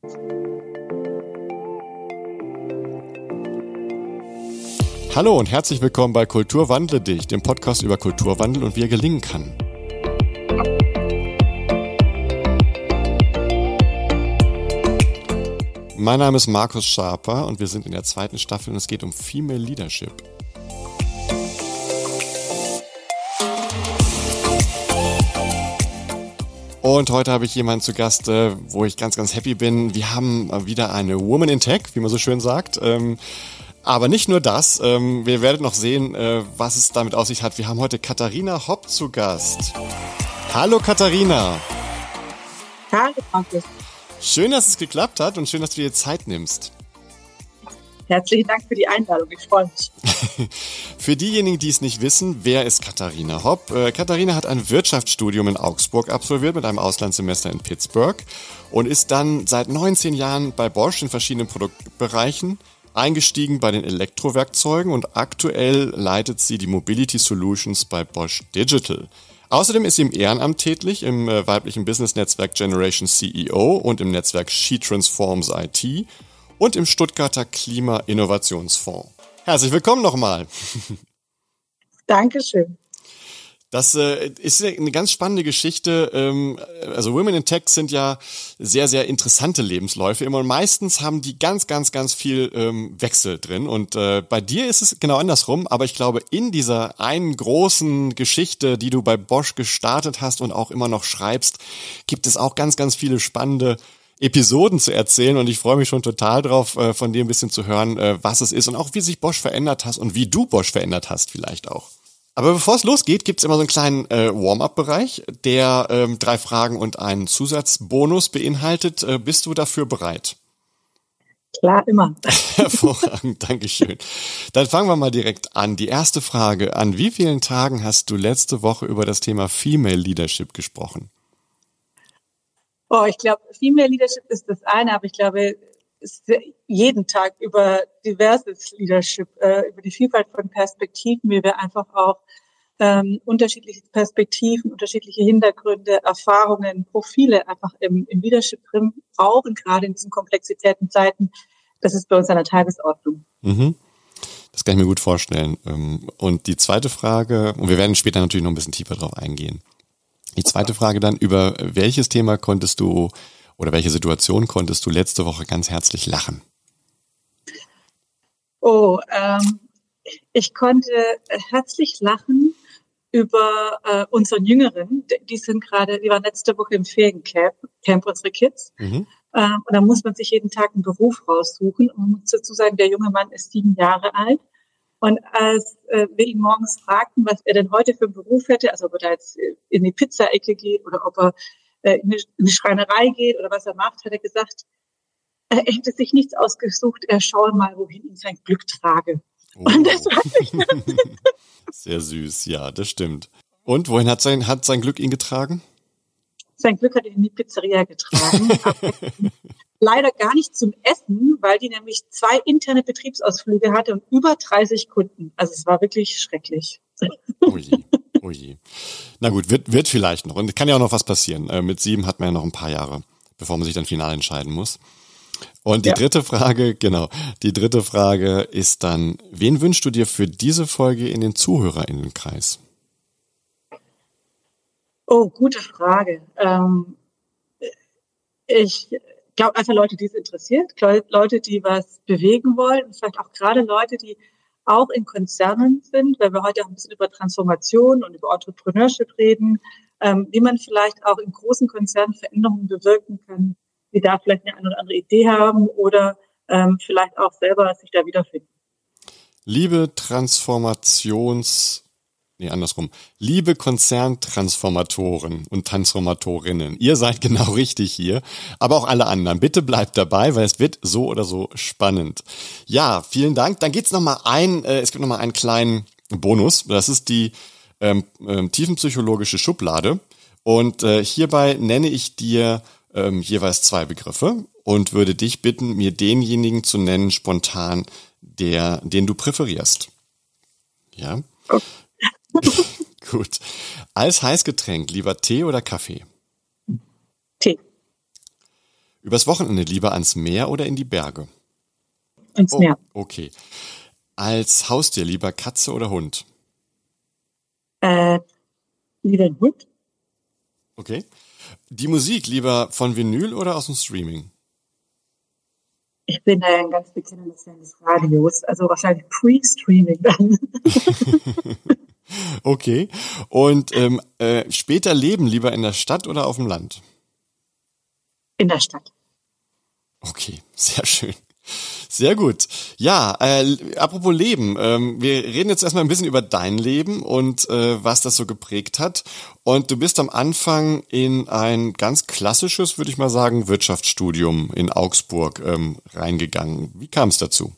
Hallo und herzlich willkommen bei Kultur wandle dich, dem Podcast über Kulturwandel und wie er gelingen kann. Mein Name ist Markus Schaper und wir sind in der 2. Staffel und es geht um Female Leadership. Und heute habe ich jemanden zu Gast, wo ich ganz, ganz happy bin. Wir haben wieder eine Woman in Tech, wie man so schön sagt. Aber nicht nur das, wir werden noch sehen, was es damit auf sich hat. Wir haben heute Katharina Hopp zu Gast. Hallo Katharina. Hallo Markus. Schön, dass es geklappt hat und schön, dass du dir Zeit nimmst. Herzlichen Dank für die Einladung, ich freue mich. Für diejenigen, die es nicht wissen, wer ist Katharina Hopp? Katharina hat ein Wirtschaftsstudium in Augsburg absolviert mit einem Auslandssemester in Pittsburgh und ist dann seit 19 Jahren bei Bosch in verschiedenen Produktbereichen eingestiegen bei den Elektrowerkzeugen und aktuell leitet sie die Mobility Solutions bei Bosch Digital. Außerdem ist sie im Ehrenamt tätig, im weiblichen Business-Netzwerk Generation CEO und im Netzwerk She Transforms IT und im Stuttgarter Klima-Innovationsfonds. Herzlich willkommen nochmal. Dankeschön. Das ist eine ganz spannende Geschichte. Also Women in Tech sind ja sehr, sehr interessante Lebensläufe immer und meistens haben die ganz, ganz, ganz viel Wechsel drin und bei dir ist es genau andersrum, aber ich glaube in dieser einen großen Geschichte, die du bei Bosch gestartet hast und auch immer noch schreibst, gibt es auch ganz, ganz viele spannende Episoden zu erzählen und ich freue mich schon total drauf, von dir ein bisschen zu hören, was es ist und auch wie sich Bosch verändert hast und wie du Bosch verändert hast vielleicht auch. Aber bevor es losgeht, gibt's immer so einen kleinen Warm-up-Bereich, der 3 Fragen und einen Zusatzbonus beinhaltet. Bist du dafür bereit? Klar, immer. Hervorragend, Dankeschön. Dann fangen wir mal direkt an. Die erste Frage, an wie vielen Tagen hast du letzte Woche über das Thema Female Leadership gesprochen? Oh, ich glaube, Female Leadership ist das eine, aber ich glaube, jeden Tag über diverses Leadership, über die Vielfalt von Perspektiven, wie wir einfach auch unterschiedliche Perspektiven, unterschiedliche Hintergründe, Erfahrungen, Profile einfach im Leadership drin brauchen, gerade in diesen Komplexitätenzeiten. Das ist bei uns an der Tagesordnung. Mhm. Das kann ich mir gut vorstellen. Und die zweite Frage, und wir werden später natürlich noch ein bisschen tiefer drauf eingehen. Die zweite Frage dann, über welches Thema konntest du oder welche Situation konntest du letzte Woche ganz herzlich lachen? Ich konnte herzlich lachen über unseren Jüngeren. Die waren letzte Woche im Feriencamp, unsere Kids. Mhm. Und da muss man sich jeden Tag einen Beruf raussuchen. Und man muss dazu sagen, der junge Mann ist 7 Jahre alt. Und als wir ihn morgens fragten, was er denn heute für einen Beruf hätte, also ob er da jetzt in die Pizza-Ecke geht oder ob er in die Schreinerei geht oder was er macht, hat er gesagt, er hätte sich nichts ausgesucht, er schaue mal, wohin ihn sein Glück trage. Oh. Und das fand ich sehr süß, ja, das stimmt. Und wohin hat sein Glück ihn getragen? Sein Glück hat ihn in die Pizzeria getragen. Aber leider gar nicht zum Essen, weil die nämlich 2 interne Betriebsausflüge hatte und über 30 Kunden. Also es war wirklich schrecklich. Oh je. Na gut, wird vielleicht noch. Und kann ja auch noch was passieren. Mit 7 hat man ja noch ein paar Jahre, bevor man sich dann final entscheiden muss. Und die dritte Frage ist dann, wen wünschst du dir für diese Folge in den ZuhörerInnenkreis? Oh, gute Frage. Ich glaube einfach Leute, die es interessiert, Leute, die was bewegen wollen und vielleicht auch gerade Leute, die auch in Konzernen sind, weil wir heute auch ein bisschen über Transformation und über Entrepreneurship reden, wie man vielleicht auch in großen Konzernen Veränderungen bewirken kann, die da vielleicht eine oder andere Idee haben oder vielleicht auch selber sich da wiederfinden. Liebe Konzerntransformatoren und Transformatorinnen, ihr seid genau richtig hier, aber auch alle anderen. Bitte bleibt dabei, weil es wird so oder so spannend. Ja, vielen Dank. Dann es gibt noch mal einen kleinen Bonus. Das ist die tiefenpsychologische Schublade. Und hierbei nenne ich dir jeweils 2 Begriffe und würde dich bitten, mir denjenigen zu nennen, spontan, den du präferierst. Ja? Okay. Gut. Als Heißgetränk lieber Tee oder Kaffee? Tee. Übers Wochenende lieber ans Meer oder in die Berge? Ins Meer. Okay. Als Haustier lieber Katze oder Hund? Lieber ein Hund. Okay. Die Musik lieber von Vinyl oder aus dem Streaming? Ich bin ein ganz bekennendes Fan des Radios, also wahrscheinlich Pre-Streaming dann. Okay. Und später leben lieber in der Stadt oder auf dem Land? In der Stadt. Okay, sehr schön. Sehr gut. Ja, apropos Leben. Wir reden jetzt erstmal ein bisschen über dein Leben und was das so geprägt hat. Und du bist am Anfang in ein ganz klassisches, würde ich mal sagen, Wirtschaftsstudium in Augsburg reingegangen. Wie kam es dazu?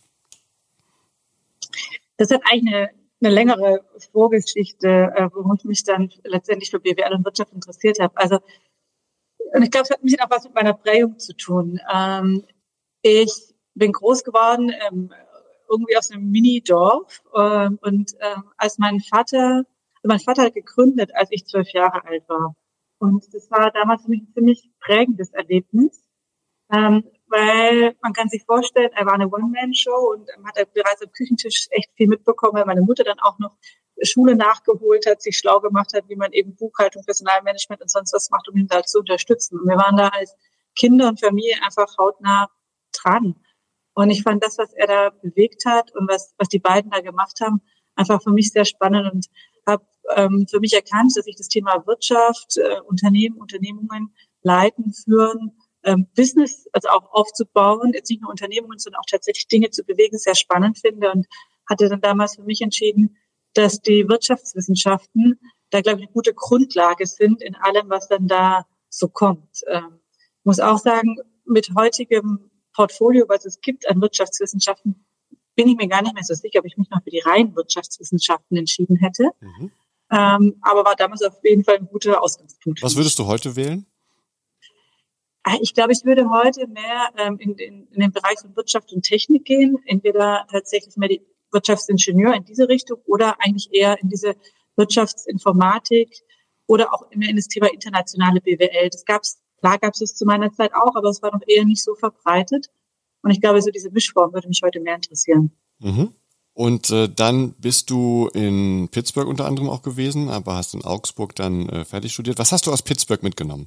Das hat eigentlich eine längere Vorgeschichte, worum ich mich dann letztendlich für BWL und Wirtschaft interessiert habe. Also, und ich glaube, es hat ein bisschen auch was mit meiner Prägung zu tun. Ich bin groß geworden, irgendwie aus einem Mini-Dorf. Und als mein Vater hat gegründet, als ich 12 Jahre alt war. Und das war damals für mich ein ziemlich prägendes Erlebnis. Weil man kann sich vorstellen, er war eine One-Man-Show und hat bereits am Küchentisch echt viel mitbekommen, weil meine Mutter dann auch noch Schule nachgeholt hat, sich schlau gemacht hat, wie man eben Buchhaltung, Personalmanagement und sonst was macht, um ihn da zu unterstützen. Und wir waren da als Kinder und Familie einfach hautnah dran. Und ich fand das, was er da bewegt hat und was die beiden da gemacht haben, einfach für mich sehr spannend und habe für mich erkannt, dass ich das Thema Wirtschaft, Unternehmungen leiten, führen, Business, also auch aufzubauen, jetzt nicht nur Unternehmungen, sondern auch tatsächlich Dinge zu bewegen, sehr spannend finde und hatte dann damals für mich entschieden, dass die Wirtschaftswissenschaften da, glaube ich, eine gute Grundlage sind in allem, was dann da so kommt. Muss auch sagen, mit heutigem Portfolio, was es gibt an Wirtschaftswissenschaften, bin ich mir gar nicht mehr so sicher, ob ich mich noch für die reinen Wirtschaftswissenschaften entschieden hätte. Mhm. Aber war damals auf jeden Fall ein guter Ausgangspunkt. Was würdest du heute wählen? Ich glaube, ich würde heute mehr in den Bereich von Wirtschaft und Technik gehen. Entweder tatsächlich mehr die Wirtschaftsingenieur in diese Richtung oder eigentlich eher in diese Wirtschaftsinformatik oder auch mehr in das Thema internationale BWL. Klar gab es zu meiner Zeit auch, aber es war noch eher nicht so verbreitet. Und ich glaube, so diese Mischform würde mich heute mehr interessieren. Mhm. Und dann bist du in Pittsburgh unter anderem auch gewesen, aber hast in Augsburg dann fertig studiert. Was hast du aus Pittsburgh mitgenommen?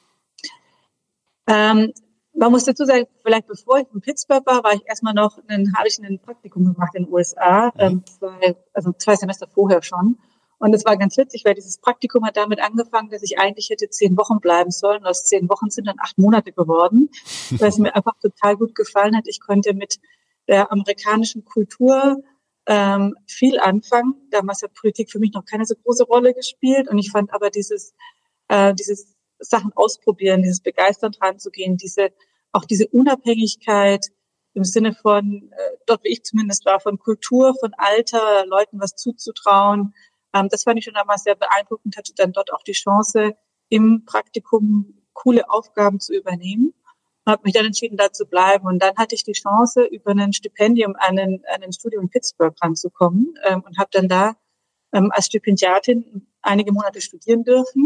Man muss dazu sagen, vielleicht bevor ich in Pittsburgh war, habe ich ein Praktikum gemacht in den USA, 2 Semester vorher schon. Und es war ganz witzig, weil dieses Praktikum hat damit angefangen, dass ich eigentlich hätte 10 Wochen bleiben sollen. Aus 10 Wochen sind dann 8 Monate geworden, weil es mir einfach total gut gefallen hat. Ich konnte mit der amerikanischen Kultur viel anfangen. Damals hat Politik für mich noch keine so große Rolle gespielt. Und ich fand aber dieses Sachen ausprobieren, dieses begeistern dran zu gehen, diese Unabhängigkeit im Sinne von, dort wie ich zumindest war, von Kultur, von Alter, Leuten was zuzutrauen. Das fand ich schon damals sehr beeindruckend, hatte dann dort auch die Chance, im Praktikum coole Aufgaben zu übernehmen. Habe mich dann entschieden, da zu bleiben. Und dann hatte ich die Chance, über ein Stipendium an ein Studium in Pittsburgh ranzukommen und habe dann da als Stipendiatin einige Monate studieren dürfen.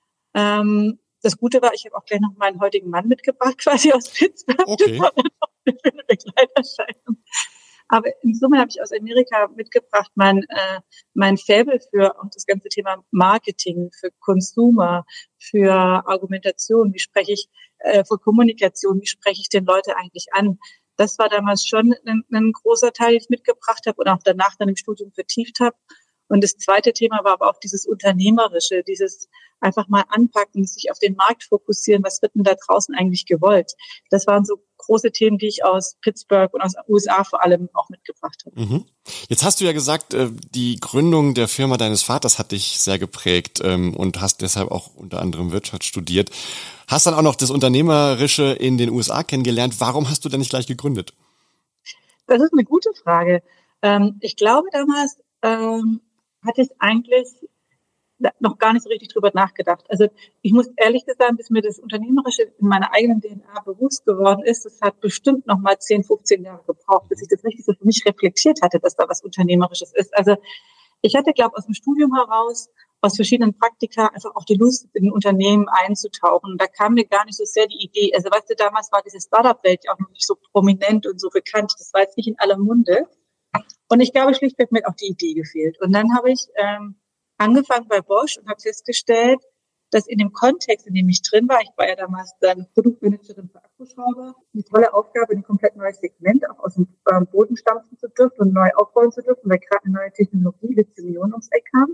Das Gute war, ich habe auch gleich noch meinen heutigen Mann mitgebracht, quasi aus Pittsburgh. Okay. Das war dann noch eine Begleiterscheinung. Aber in Summe habe ich aus Amerika mitgebracht mein Faible für auch das ganze Thema Marketing, für Consumer, für Argumentation, wie spreche ich, für Kommunikation, wie spreche ich den Leute eigentlich an. Das war damals schon ein großer Teil, den ich mitgebracht habe und auch danach dann im Studium vertieft habe. Und das zweite Thema war aber auch dieses Unternehmerische, dieses einfach mal anpacken, sich auf den Markt fokussieren, was wird denn da draußen eigentlich gewollt. Das waren so große Themen, die ich aus Pittsburgh und aus den USA vor allem auch mitgebracht habe. Mhm. Jetzt hast du ja gesagt, die Gründung der Firma deines Vaters hat dich sehr geprägt und hast deshalb auch unter anderem Wirtschaft studiert. Hast dann auch noch das Unternehmerische in den USA kennengelernt. Warum hast du denn nicht gleich gegründet? Das ist eine gute Frage. Ich glaube, damals hatte ich eigentlich noch gar nicht so richtig drüber nachgedacht. Also ich muss ehrlich sagen, bis mir das Unternehmerische in meiner eigenen DNA bewusst geworden ist, das hat bestimmt noch mal 10, 15 Jahre gebraucht, bis ich das richtig so für mich reflektiert hatte, dass da was Unternehmerisches ist. Also ich hatte, glaube ich, aus dem Studium heraus aus verschiedenen Praktika einfach auch die Lust, in Unternehmen einzutauchen. Und da kam mir gar nicht so sehr die Idee. Also weißt du, damals war diese Startup-Welt ja auch noch nicht so prominent und so bekannt. Das war jetzt nicht in aller Munde. Und ich glaube, schlichtweg mir hat auch die Idee gefehlt. Und dann habe ich angefangen bei Bosch und habe festgestellt, dass in dem Kontext, in dem ich drin war, ich war ja damals dann Produktmanagerin für Akkuschrauber, eine tolle Aufgabe, ein komplett neues Segment auch aus dem Boden stampfen zu dürfen und neu aufbauen zu dürfen, weil gerade eine neue Technologie, Lithium-Ionen ums Eck kam.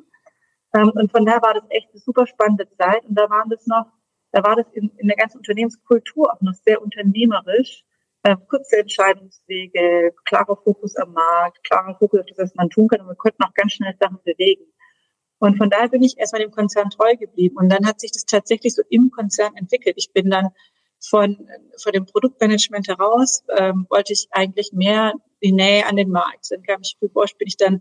Und von daher war das echt eine super spannende Zeit. Und da war das in der ganzen Unternehmenskultur auch noch sehr unternehmerisch. Kurze Entscheidungswege, klarer Fokus am Markt, klarer Fokus auf das, was man tun kann. Und wir konnten auch ganz schnell Sachen bewegen. Und von daher bin ich erstmal dem Konzern treu geblieben. Und dann hat sich das tatsächlich so im Konzern entwickelt. Ich bin dann von dem Produktmanagement heraus, wollte ich eigentlich mehr die Nähe an den Markt. Dann kam ich für Bosch, bin ich dann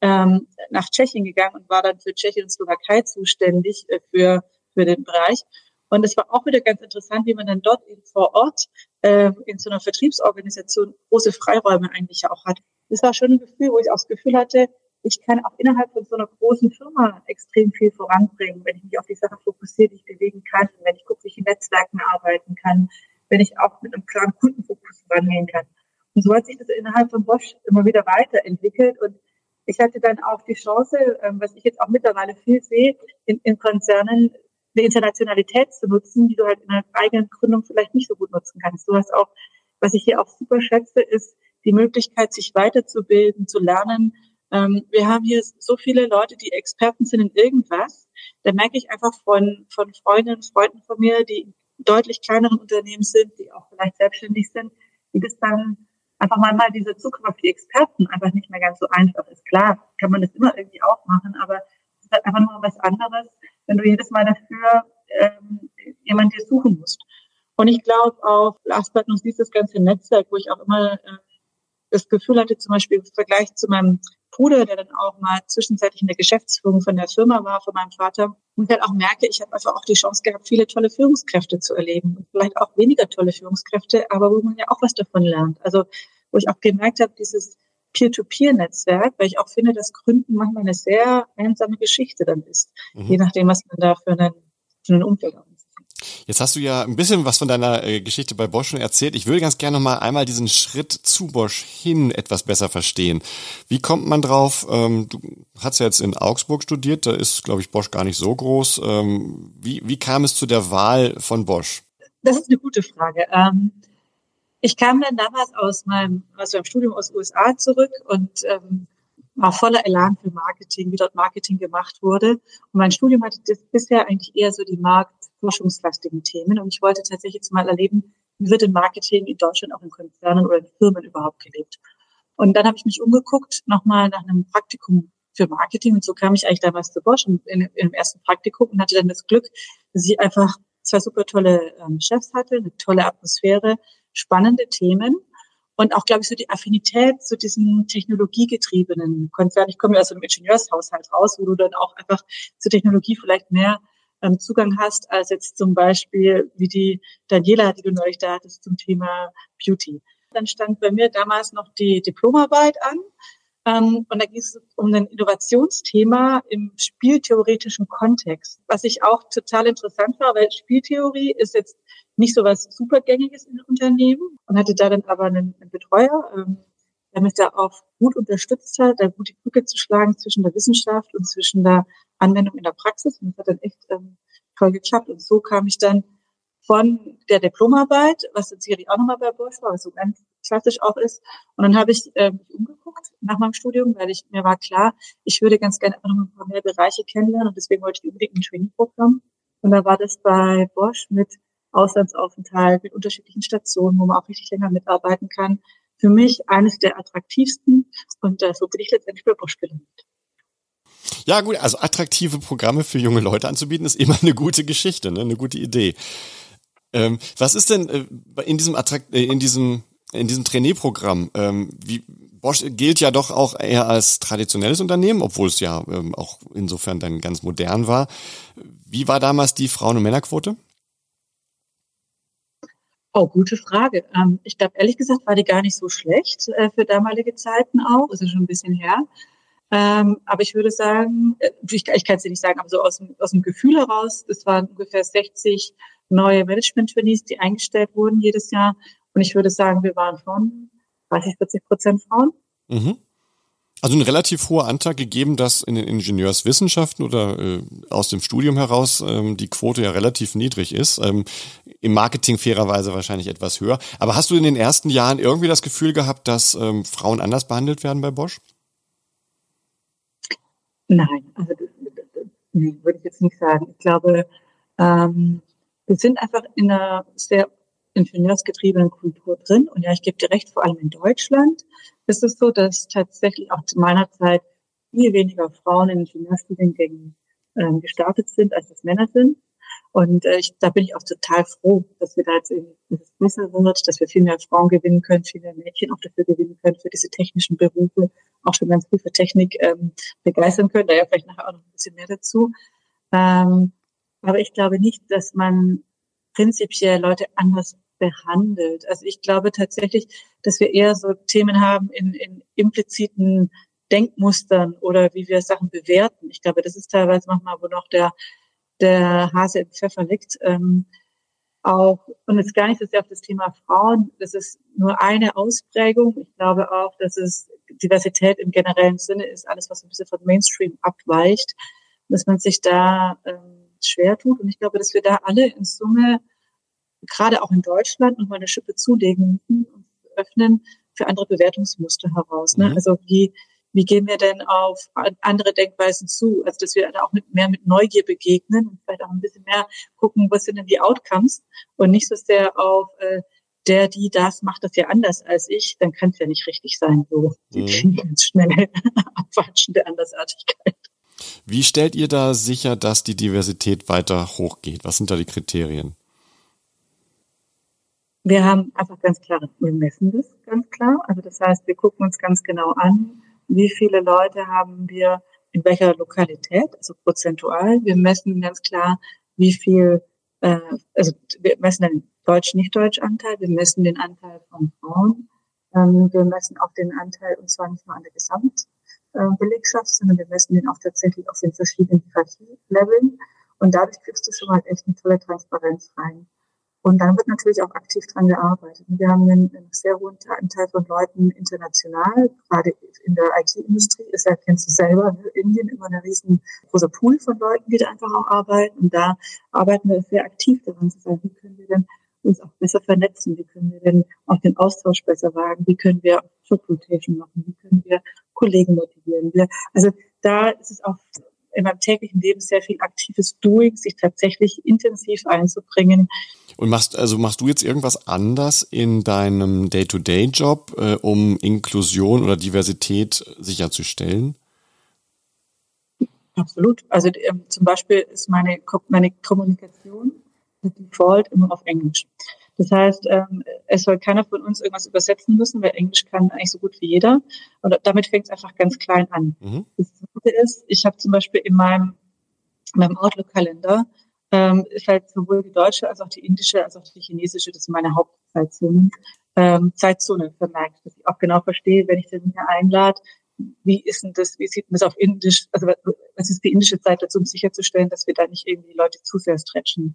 nach Tschechien gegangen und war dann für Tschechien und Slowakei zuständig für den Bereich. Und es war auch wieder ganz interessant, wie man dann dort eben vor Ort in so einer Vertriebsorganisation große Freiräume eigentlich auch hat. Das war schon ein Gefühl, wo ich auch das Gefühl hatte, ich kann auch innerhalb von so einer großen Firma extrem viel voranbringen, wenn ich mich auf die Sachen fokussiere, die ich bewegen kann, wenn ich gucke, wie ich in Netzwerken arbeiten kann, wenn ich auch mit einem klaren Kundenfokus vorangehen kann. Und so hat sich das innerhalb von Bosch immer wieder weiterentwickelt. Und ich hatte dann auch die Chance, was ich jetzt auch mittlerweile viel sehe, in Konzernen eine Internationalität zu nutzen, die du halt in einer eigenen Gründung vielleicht nicht so gut nutzen kannst. Du hast auch, was ich hier auch super schätze, ist die Möglichkeit, sich weiterzubilden, zu lernen. Wir haben hier so viele Leute, die Experten sind in irgendwas. Da merke ich einfach von Freundinnen und Freunden von mir, die in deutlich kleineren Unternehmen sind, die auch vielleicht selbstständig sind, die das dann einfach mal diese Zugriff auf die Experten einfach nicht mehr ganz so einfach ist. Klar, kann man das immer irgendwie auch machen, aber es ist halt einfach nur was anderes, wenn du jedes Mal dafür jemanden dir suchen musst. Und ich glaube auch, last but not least, das ganze Netzwerk, wo ich auch immer das Gefühl hatte, zum Beispiel im Vergleich zu meinem Bruder, der dann auch mal zwischenzeitlich in der Geschäftsführung von der Firma war, von meinem Vater, und dann auch merke, ich habe einfach auch die Chance gehabt, viele tolle Führungskräfte zu erleben und vielleicht auch weniger tolle Führungskräfte, aber wo man ja auch was davon lernt. Also wo ich auch gemerkt habe, dieses Peer-to-Peer-Netzwerk, weil ich auch finde, dass Gründen manchmal eine sehr einsame Geschichte dann ist, je nachdem, was man da für einen Umfeld hat. Jetzt hast du ja ein bisschen was von deiner Geschichte bei Bosch schon erzählt. Ich würde ganz gerne noch mal einmal diesen Schritt zu Bosch hin etwas besser verstehen. Wie kommt man drauf? Du hast ja jetzt in Augsburg studiert, da ist, glaube ich, Bosch gar nicht so groß. Wie kam es zu der Wahl von Bosch? Das ist eine gute Frage. Ich kam dann damals aus meinem Studium aus den USA zurück und war voller Elan für Marketing, wie dort Marketing gemacht wurde. Und mein Studium hatte bisher eigentlich eher so die marktforschungslastigen Themen. Und ich wollte tatsächlich jetzt mal erleben, wie wird denn Marketing in Deutschland auch in Konzernen oder in Firmen überhaupt gelebt. Und dann habe ich mich umgeguckt, nochmal nach einem Praktikum für Marketing. Und so kam ich eigentlich damals zu Bosch im ersten Praktikum und hatte dann das Glück, dass ich einfach zwei super tolle Chefs hatte, eine tolle Atmosphäre, spannende Themen. Und auch, glaube ich, so die Affinität zu diesem technologiegetriebenen Konzern. Ich komme ja aus einem Ingenieurshaushalt raus, wo du dann auch einfach zur Technologie vielleicht mehr Zugang hast, als jetzt zum Beispiel wie die Daniela, die du neulich da hattest zum Thema Beauty. Dann stand bei mir damals noch die Diplomarbeit an. Und da ging es um ein Innovationsthema im spieltheoretischen Kontext, was ich auch total interessant war, weil Spieltheorie ist jetzt nicht so was Supergängiges in Unternehmen und hatte da dann aber einen Betreuer, der mich da auch gut unterstützt hat, da gut die Brücke zu schlagen zwischen der Wissenschaft und zwischen der Anwendung in der Praxis. Und das hat dann echt toll geklappt. Und so kam ich dann von der Diplomarbeit, was jetzt sicherlich auch nochmal bei Bosch war, was so ganz klassisch auch ist. Und dann habe ich mich umgeguckt nach meinem Studium, weil mir war klar, ich würde ganz gerne einfach noch ein paar mehr Bereiche kennenlernen und deswegen wollte ich unbedingt ein Trainingprogramm. Und da war das bei Bosch mit Auslandsaufenthalt, mit unterschiedlichen Stationen, wo man auch richtig länger mitarbeiten kann. Für mich eines der attraktivsten und so bin ich letztendlich bei Bosch gelandet. Ja gut, also attraktive Programme für junge Leute anzubieten, ist immer eine gute Geschichte, ne? Eine gute Idee. Was ist denn in diesem Trainee-Programm? Bosch gilt ja doch auch eher als traditionelles Unternehmen, obwohl es ja auch insofern dann ganz modern war. Wie war damals die Frauen- und Männerquote? Oh, gute Frage. Ich glaube, ehrlich gesagt, war die gar nicht so schlecht für damalige Zeiten auch. Ist ja schon ein bisschen her. Aber ich würde sagen, ich kann es dir nicht sagen, aber so aus dem Gefühl heraus, es waren ungefähr 60 neue Management-Trainees, die eingestellt wurden jedes Jahr. Und ich würde sagen, wir waren von 30-40% Frauen. Mhm. Also ein relativ hoher Anteil gegeben, dass in den Ingenieurswissenschaften oder aus dem Studium heraus die Quote ja relativ niedrig ist. Im Marketing fairerweise wahrscheinlich etwas höher. Aber hast du in den ersten Jahren irgendwie das Gefühl gehabt, dass Frauen anders behandelt werden bei Bosch? Nein, also nee, würde ich jetzt nicht sagen. Ich glaube, wir sind einfach in einer sehr ingenieursgetriebenen Kultur drin. Und ja, ich gebe dir recht, vor allem in Deutschland ist es so, dass tatsächlich auch zu meiner Zeit viel weniger Frauen in Ingenieurstudiengängen gestartet sind, als es Männer sind. Und da bin ich auch total froh, dass wir da jetzt irgendwie dass es besser wird, dass wir viel mehr Frauen gewinnen können, viel mehr Mädchen auch dafür gewinnen können, für diese technischen Berufe, auch schon ganz viel für Technik begeistern können. Da ja vielleicht nachher auch noch ein bisschen mehr dazu. Aber ich glaube nicht, dass man prinzipiell Leute anders behandelt. Also ich glaube tatsächlich, dass wir eher so Themen haben in impliziten Denkmustern oder wie wir Sachen bewerten. Ich glaube, das ist teilweise manchmal, wo noch der Hase im Pfeffer liegt. Auch, und jetzt gar nicht so sehr auf das Thema Frauen, das ist nur eine Ausprägung. Ich glaube auch, dass es Diversität im generellen Sinne ist, alles, was ein bisschen von Mainstream abweicht, dass man sich da schwer tut. Und ich glaube, dass wir da alle in Summe, gerade auch in Deutschland, nochmal eine Schippe zulegen müssen und öffnen für andere Bewertungsmuster heraus. Ne? Also wie gehen wir denn auf andere Denkweisen zu? Also dass wir da auch mehr mit Neugier begegnen und vielleicht auch ein bisschen mehr gucken, was sind denn die Outcomes und nicht so sehr auf die das macht das ja anders als ich, dann kann es ja nicht richtig sein. So die ganz schnelle abwatschende Andersartigkeit. Wie stellt ihr da sicher, dass die Diversität weiter hochgeht? Was sind da die Kriterien? Wir haben einfach ganz klar, wir messen das ganz klar. Also das heißt, wir gucken uns ganz genau an, wie viele Leute haben wir in welcher Lokalität, also prozentual. Wir messen ganz klar, wie viel, also wir messen den Deutsch-Nicht-Deutsch-Anteil, wir messen den Anteil von Frauen, wir messen auch den Anteil, und zwar nicht nur an der Gesamtbelegschaft, sondern wir messen den auch tatsächlich auf den verschiedenen Hierarchieleveln. Und dadurch kriegst du schon mal echt eine tolle Transparenz rein. Und dann wird natürlich auch aktiv dran gearbeitet. Wir haben einen sehr hohen Anteil von Leuten international, gerade in der IT-Industrie, ist ja, kennst du selber, ne? Indien immer ein riesengroßer Pool von Leuten, die da einfach auch arbeiten. Und da arbeiten wir sehr aktiv daran zu sagen, wie können wir denn uns auch besser vernetzen, wie können wir denn auch den Austausch besser wagen, wie können wir Job Rotation machen, wie können wir Kollegen motivieren. Also da ist es auch in meinem täglichen Leben sehr viel aktives Doing, sich tatsächlich intensiv einzubringen. Und machst du jetzt irgendwas anders in deinem Day-to-Day-Job, um Inklusion oder Diversität sicherzustellen? Absolut. Also zum Beispiel ist meine Kommunikation mit Default immer auf Englisch. Das heißt, es soll keiner von uns irgendwas übersetzen müssen, weil Englisch kann eigentlich so gut wie jeder. Und damit fängt es einfach ganz klein an. Das Zweite ist, ich habe zum Beispiel in meinem Outlook-Kalender ist halt sowohl die deutsche als auch die indische als auch die chinesische, das sind meine Hauptzeitzonen, Zeitzone vermerkt, dass ich auch genau verstehe, wenn ich den hier einlade, wie sieht denn das auf Indisch, also was ist die indische Zeit dazu, um sicherzustellen, dass wir da nicht irgendwie Leute zu sehr stretchen.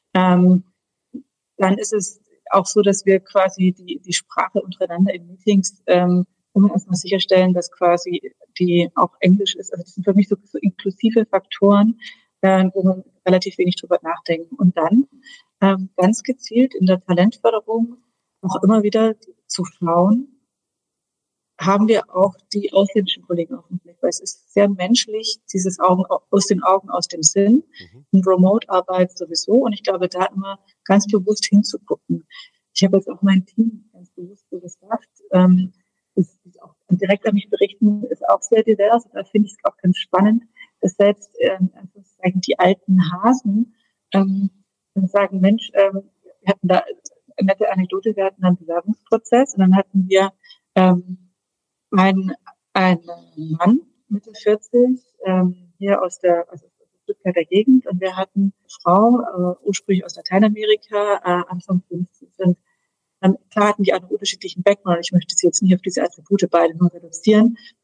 Dann ist es auch so, dass wir quasi die Sprache untereinander in Meetings immer erstmal sicherstellen, dass quasi die auch Englisch ist. Also das sind für mich so inklusive Faktoren, wo man relativ wenig drüber nachdenken. Und dann ganz gezielt in der Talentförderung auch immer wieder zu schauen, haben wir auch die ausländischen Kollegen auf dem Blick, weil es ist sehr menschlich, dieses aus den Augen, aus dem Sinn, in Remote-Arbeit sowieso. Und ich glaube, da immer ganz bewusst hinzugucken. Ich habe jetzt auch mein Team ganz bewusst so gesagt, das auch direkt an mich berichten, ist auch sehr divers. Da finde ich es auch ganz spannend, dass selbst die alten Hasen sagen, Mensch, wir hatten da eine nette Anekdote, wir hatten einen Bewerbungsprozess und dann hatten wir ein Mann, Mitte 40, hier aus der Stuttgarter Gegend, und wir hatten eine Frau, ursprünglich aus Lateinamerika, Anfang 50. Und klar hatten die einen unterschiedlichen Background. Ich möchte sie jetzt nicht auf diese Attribute beide nur reduzieren,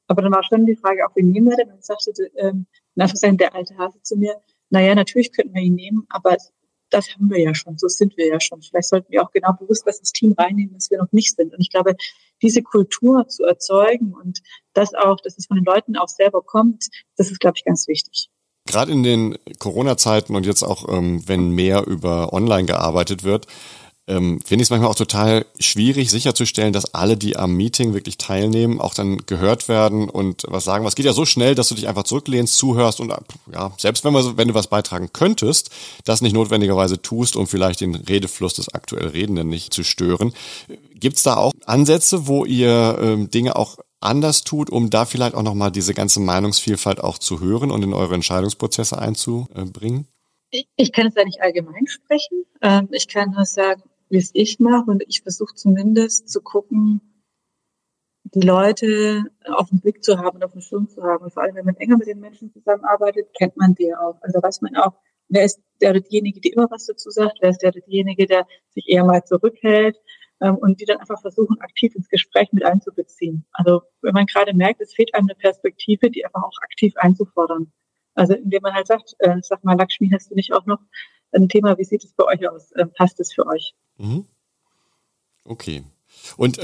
Aber dann war schon die Frage, auch wen nehmen wir denn? Und dann sagte der alte Hase zu mir, naja, natürlich könnten wir ihn nehmen, aber das haben wir ja schon, so sind wir ja schon. Vielleicht sollten wir auch genau bewusst was ins Team reinnehmen, was wir noch nicht sind. Und ich glaube, diese Kultur zu erzeugen und das auch, dass es von den Leuten auch selber kommt, das ist, glaube ich, ganz wichtig. Gerade in den Corona-Zeiten und jetzt auch, wenn mehr über online gearbeitet wird, finde ich es manchmal auch total schwierig sicherzustellen, dass alle, die am Meeting wirklich teilnehmen, auch dann gehört werden und was sagen. Es geht ja so schnell, dass du dich einfach zurücklehnst, zuhörst und ja, selbst wenn du was beitragen könntest, das nicht notwendigerweise tust, um vielleicht den Redefluss des aktuell Redenden nicht zu stören. Gibt es da auch Ansätze, wo ihr Dinge auch anders tut, um da vielleicht auch nochmal diese ganze Meinungsvielfalt auch zu hören und in eure Entscheidungsprozesse einzubringen? Ich kann es ja nicht allgemein sprechen. Ich kann nur sagen, wie es ich mache, und ich versuche zumindest zu gucken, die Leute auf den Blick zu haben und auf dem Schirm zu haben. Und vor allem, wenn man enger mit den Menschen zusammenarbeitet, kennt man die auch. Also weiß man auch, wer ist der oder diejenige, die immer was dazu sagt, wer ist der oder diejenige, der sich eher mal zurückhält, und die dann einfach versuchen, aktiv ins Gespräch mit einzubeziehen. Also wenn man gerade merkt, es fehlt einem eine Perspektive, die einfach auch aktiv einzufordern. Also indem man halt sagt, sag mal, Lakshmi, hast du nicht auch noch ein Thema, wie sieht es bei euch aus? Passt es für euch? Okay. Und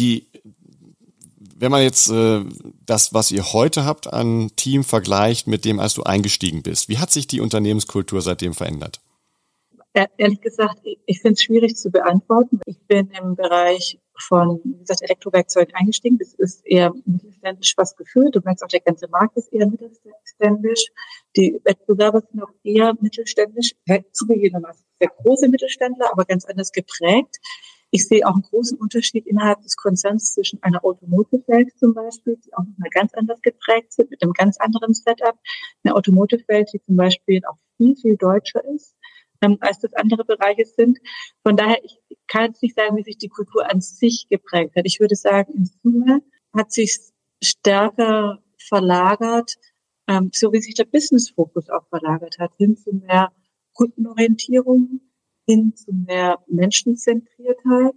wenn man jetzt das, was ihr heute habt an Team vergleicht mit dem, als du eingestiegen bist, wie hat sich die Unternehmenskultur seitdem verändert? Ehrlich gesagt, ich finde es schwierig zu beantworten. Ich bin im Bereich von, wie gesagt, Elektrowerkzeugen eingestiegen. Das ist eher mittelständisch was gefühlt. Du merkst auch, der ganze Markt ist eher mittelständisch. Die Wettbewerber sind auch eher mittelständisch. Zugegebenermaßen sehr große Mittelständler, aber ganz anders geprägt. Ich sehe auch einen großen Unterschied innerhalb des Konzerns zwischen einer Automotive-Welt zum Beispiel, die auch nochmal ganz anders geprägt sind, mit einem ganz anderen Setup. Eine Automotive-Welt, die zum Beispiel auch viel, viel deutscher ist, als das andere Bereiche sind. Von daher, ich kann jetzt nicht sagen, wie sich die Kultur an sich geprägt hat. Ich würde sagen, in Summe hat sich stärker verlagert, so wie sich der Business-Fokus auch verlagert hat, hin zu mehr Kundenorientierung, hin zu mehr Menschenzentriertheit.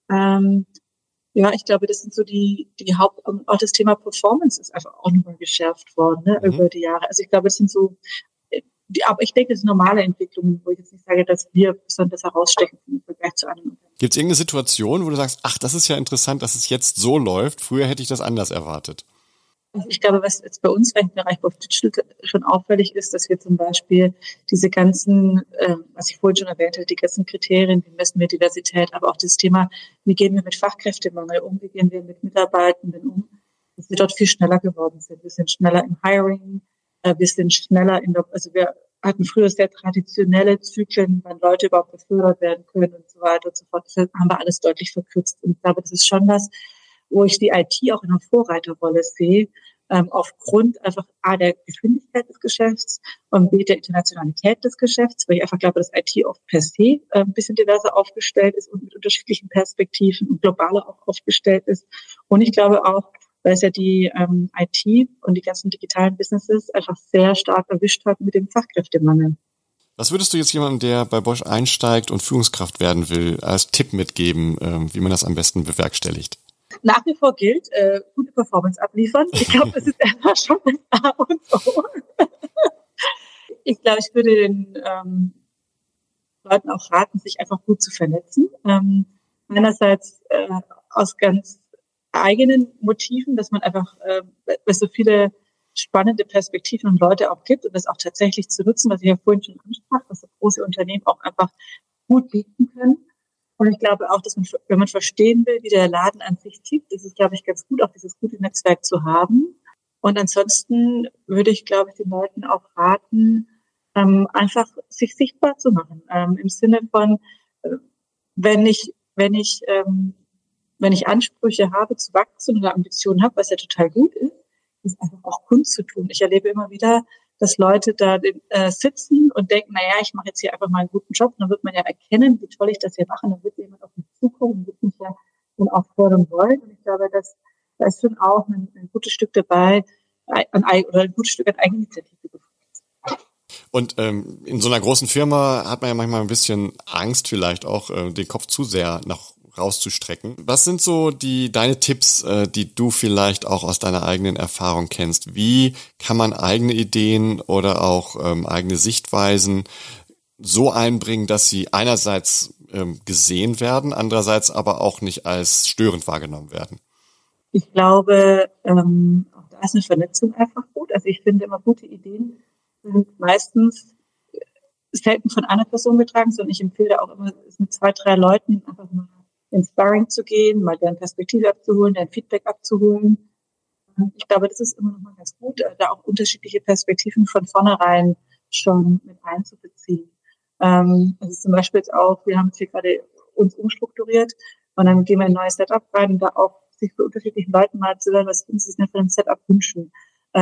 Ja, ich glaube, das sind so die auch das Thema Performance ist einfach auch nochmal geschärft worden, ne, über die Jahre. Also ich glaube, es sind so, aber ich denke, das sind normale Entwicklungen, wo ich jetzt nicht sage, dass wir besonders herausstechen im Vergleich zu anderen Unternehmen. Gibt es irgendeine Situation, wo du sagst, ach, das ist ja interessant, dass es jetzt so läuft, früher hätte ich das anders erwartet? Also ich glaube, was jetzt bei uns im Bereich of Digital schon auffällig ist, dass wir zum Beispiel diese ganzen, was ich vorhin schon erwähnt habe, die ganzen Kriterien, wie messen wir Diversität, aber auch das Thema, wie gehen wir mit Fachkräftemangel um, wie gehen wir mit Mitarbeitenden um, dass wir dort viel schneller geworden sind. Wir sind schneller im Hiring, wir sind schneller also wir hatten früher sehr traditionelle Zyklen, wann Leute überhaupt befördert werden können und so weiter und so fort. Das haben wir alles deutlich verkürzt. Und ich glaube, das ist schon was, wo ich die IT auch in einer Vorreiterrolle sehe, aufgrund einfach A, der Geschwindigkeit des Geschäfts und B, der Internationalität des Geschäfts, weil ich einfach glaube, dass IT oft per se ein bisschen diverser aufgestellt ist und mit unterschiedlichen Perspektiven und globaler auch aufgestellt ist. Und ich glaube auch, weil es ja die IT und die ganzen digitalen Businesses einfach sehr stark erwischt hat mit dem Fachkräftemangel. Was würdest du jetzt jemandem, der bei Bosch einsteigt und Führungskraft werden will, als Tipp mitgeben, wie man das am besten bewerkstelligt? Nach wie vor gilt, gute Performance abliefern. Ich glaube, das ist einfach schon das A und O. Ich glaube, ich würde den Leuten auch raten, sich einfach gut zu vernetzen. Einerseits aus ganz eigenen Motiven, dass man einfach es so viele spannende Perspektiven und Leute auch gibt und das auch tatsächlich zu nutzen, was ich ja vorhin schon ansprach, was so große Unternehmen auch einfach gut bieten können. Und ich glaube auch, dass man, wenn man verstehen will, wie der Laden an sich tickt, ist es, glaube ich, ganz gut, auch dieses gute Netzwerk zu haben. Und ansonsten würde ich, glaube ich, den Leuten auch raten, einfach sich sichtbar zu machen. Im Sinne von, wenn ich Ansprüche habe zu wachsen oder Ambitionen habe, was ja total gut ist einfach auch kundzutun. Ich erlebe immer wieder, dass Leute da sitzen und denken, naja, ich mache jetzt hier einfach mal einen guten Job. Und dann wird man ja erkennen, wie toll ich das hier mache. Und dann wird jemand auf mich zukommen und wird mich ja dann auch fördern wollen. Und ich glaube, da ist schon auch ein gutes Stück dabei, oder ein gutes Stück an Eigeninitiative gefunden. Und in so einer großen Firma hat man ja manchmal ein bisschen Angst, vielleicht auch den Kopf zu sehr nach rauszustrecken. Was sind so deine Tipps, die du vielleicht auch aus deiner eigenen Erfahrung kennst? Wie kann man eigene Ideen oder auch eigene Sichtweisen so einbringen, dass sie einerseits gesehen werden, andererseits aber auch nicht als störend wahrgenommen werden? Ich glaube, auch da ist eine Vernetzung einfach gut. Also ich finde immer, gute Ideen sind meistens selten von einer Person getragen, sondern ich empfehle auch immer, es mit 2, 3 Leuten einfach mal ins Sparring zu gehen, mal deren Perspektive abzuholen, deren Feedback abzuholen. Ich glaube, das ist immer noch mal ganz gut, da auch unterschiedliche Perspektiven von vornherein schon mit einzubeziehen. Also zum Beispiel jetzt auch, wir haben jetzt hier gerade uns umstrukturiert und dann gehen wir in ein neues Setup rein und da auch sich für unterschiedlichen Leuten mal zu hören, was sie sich denn für ein Setup wünschen.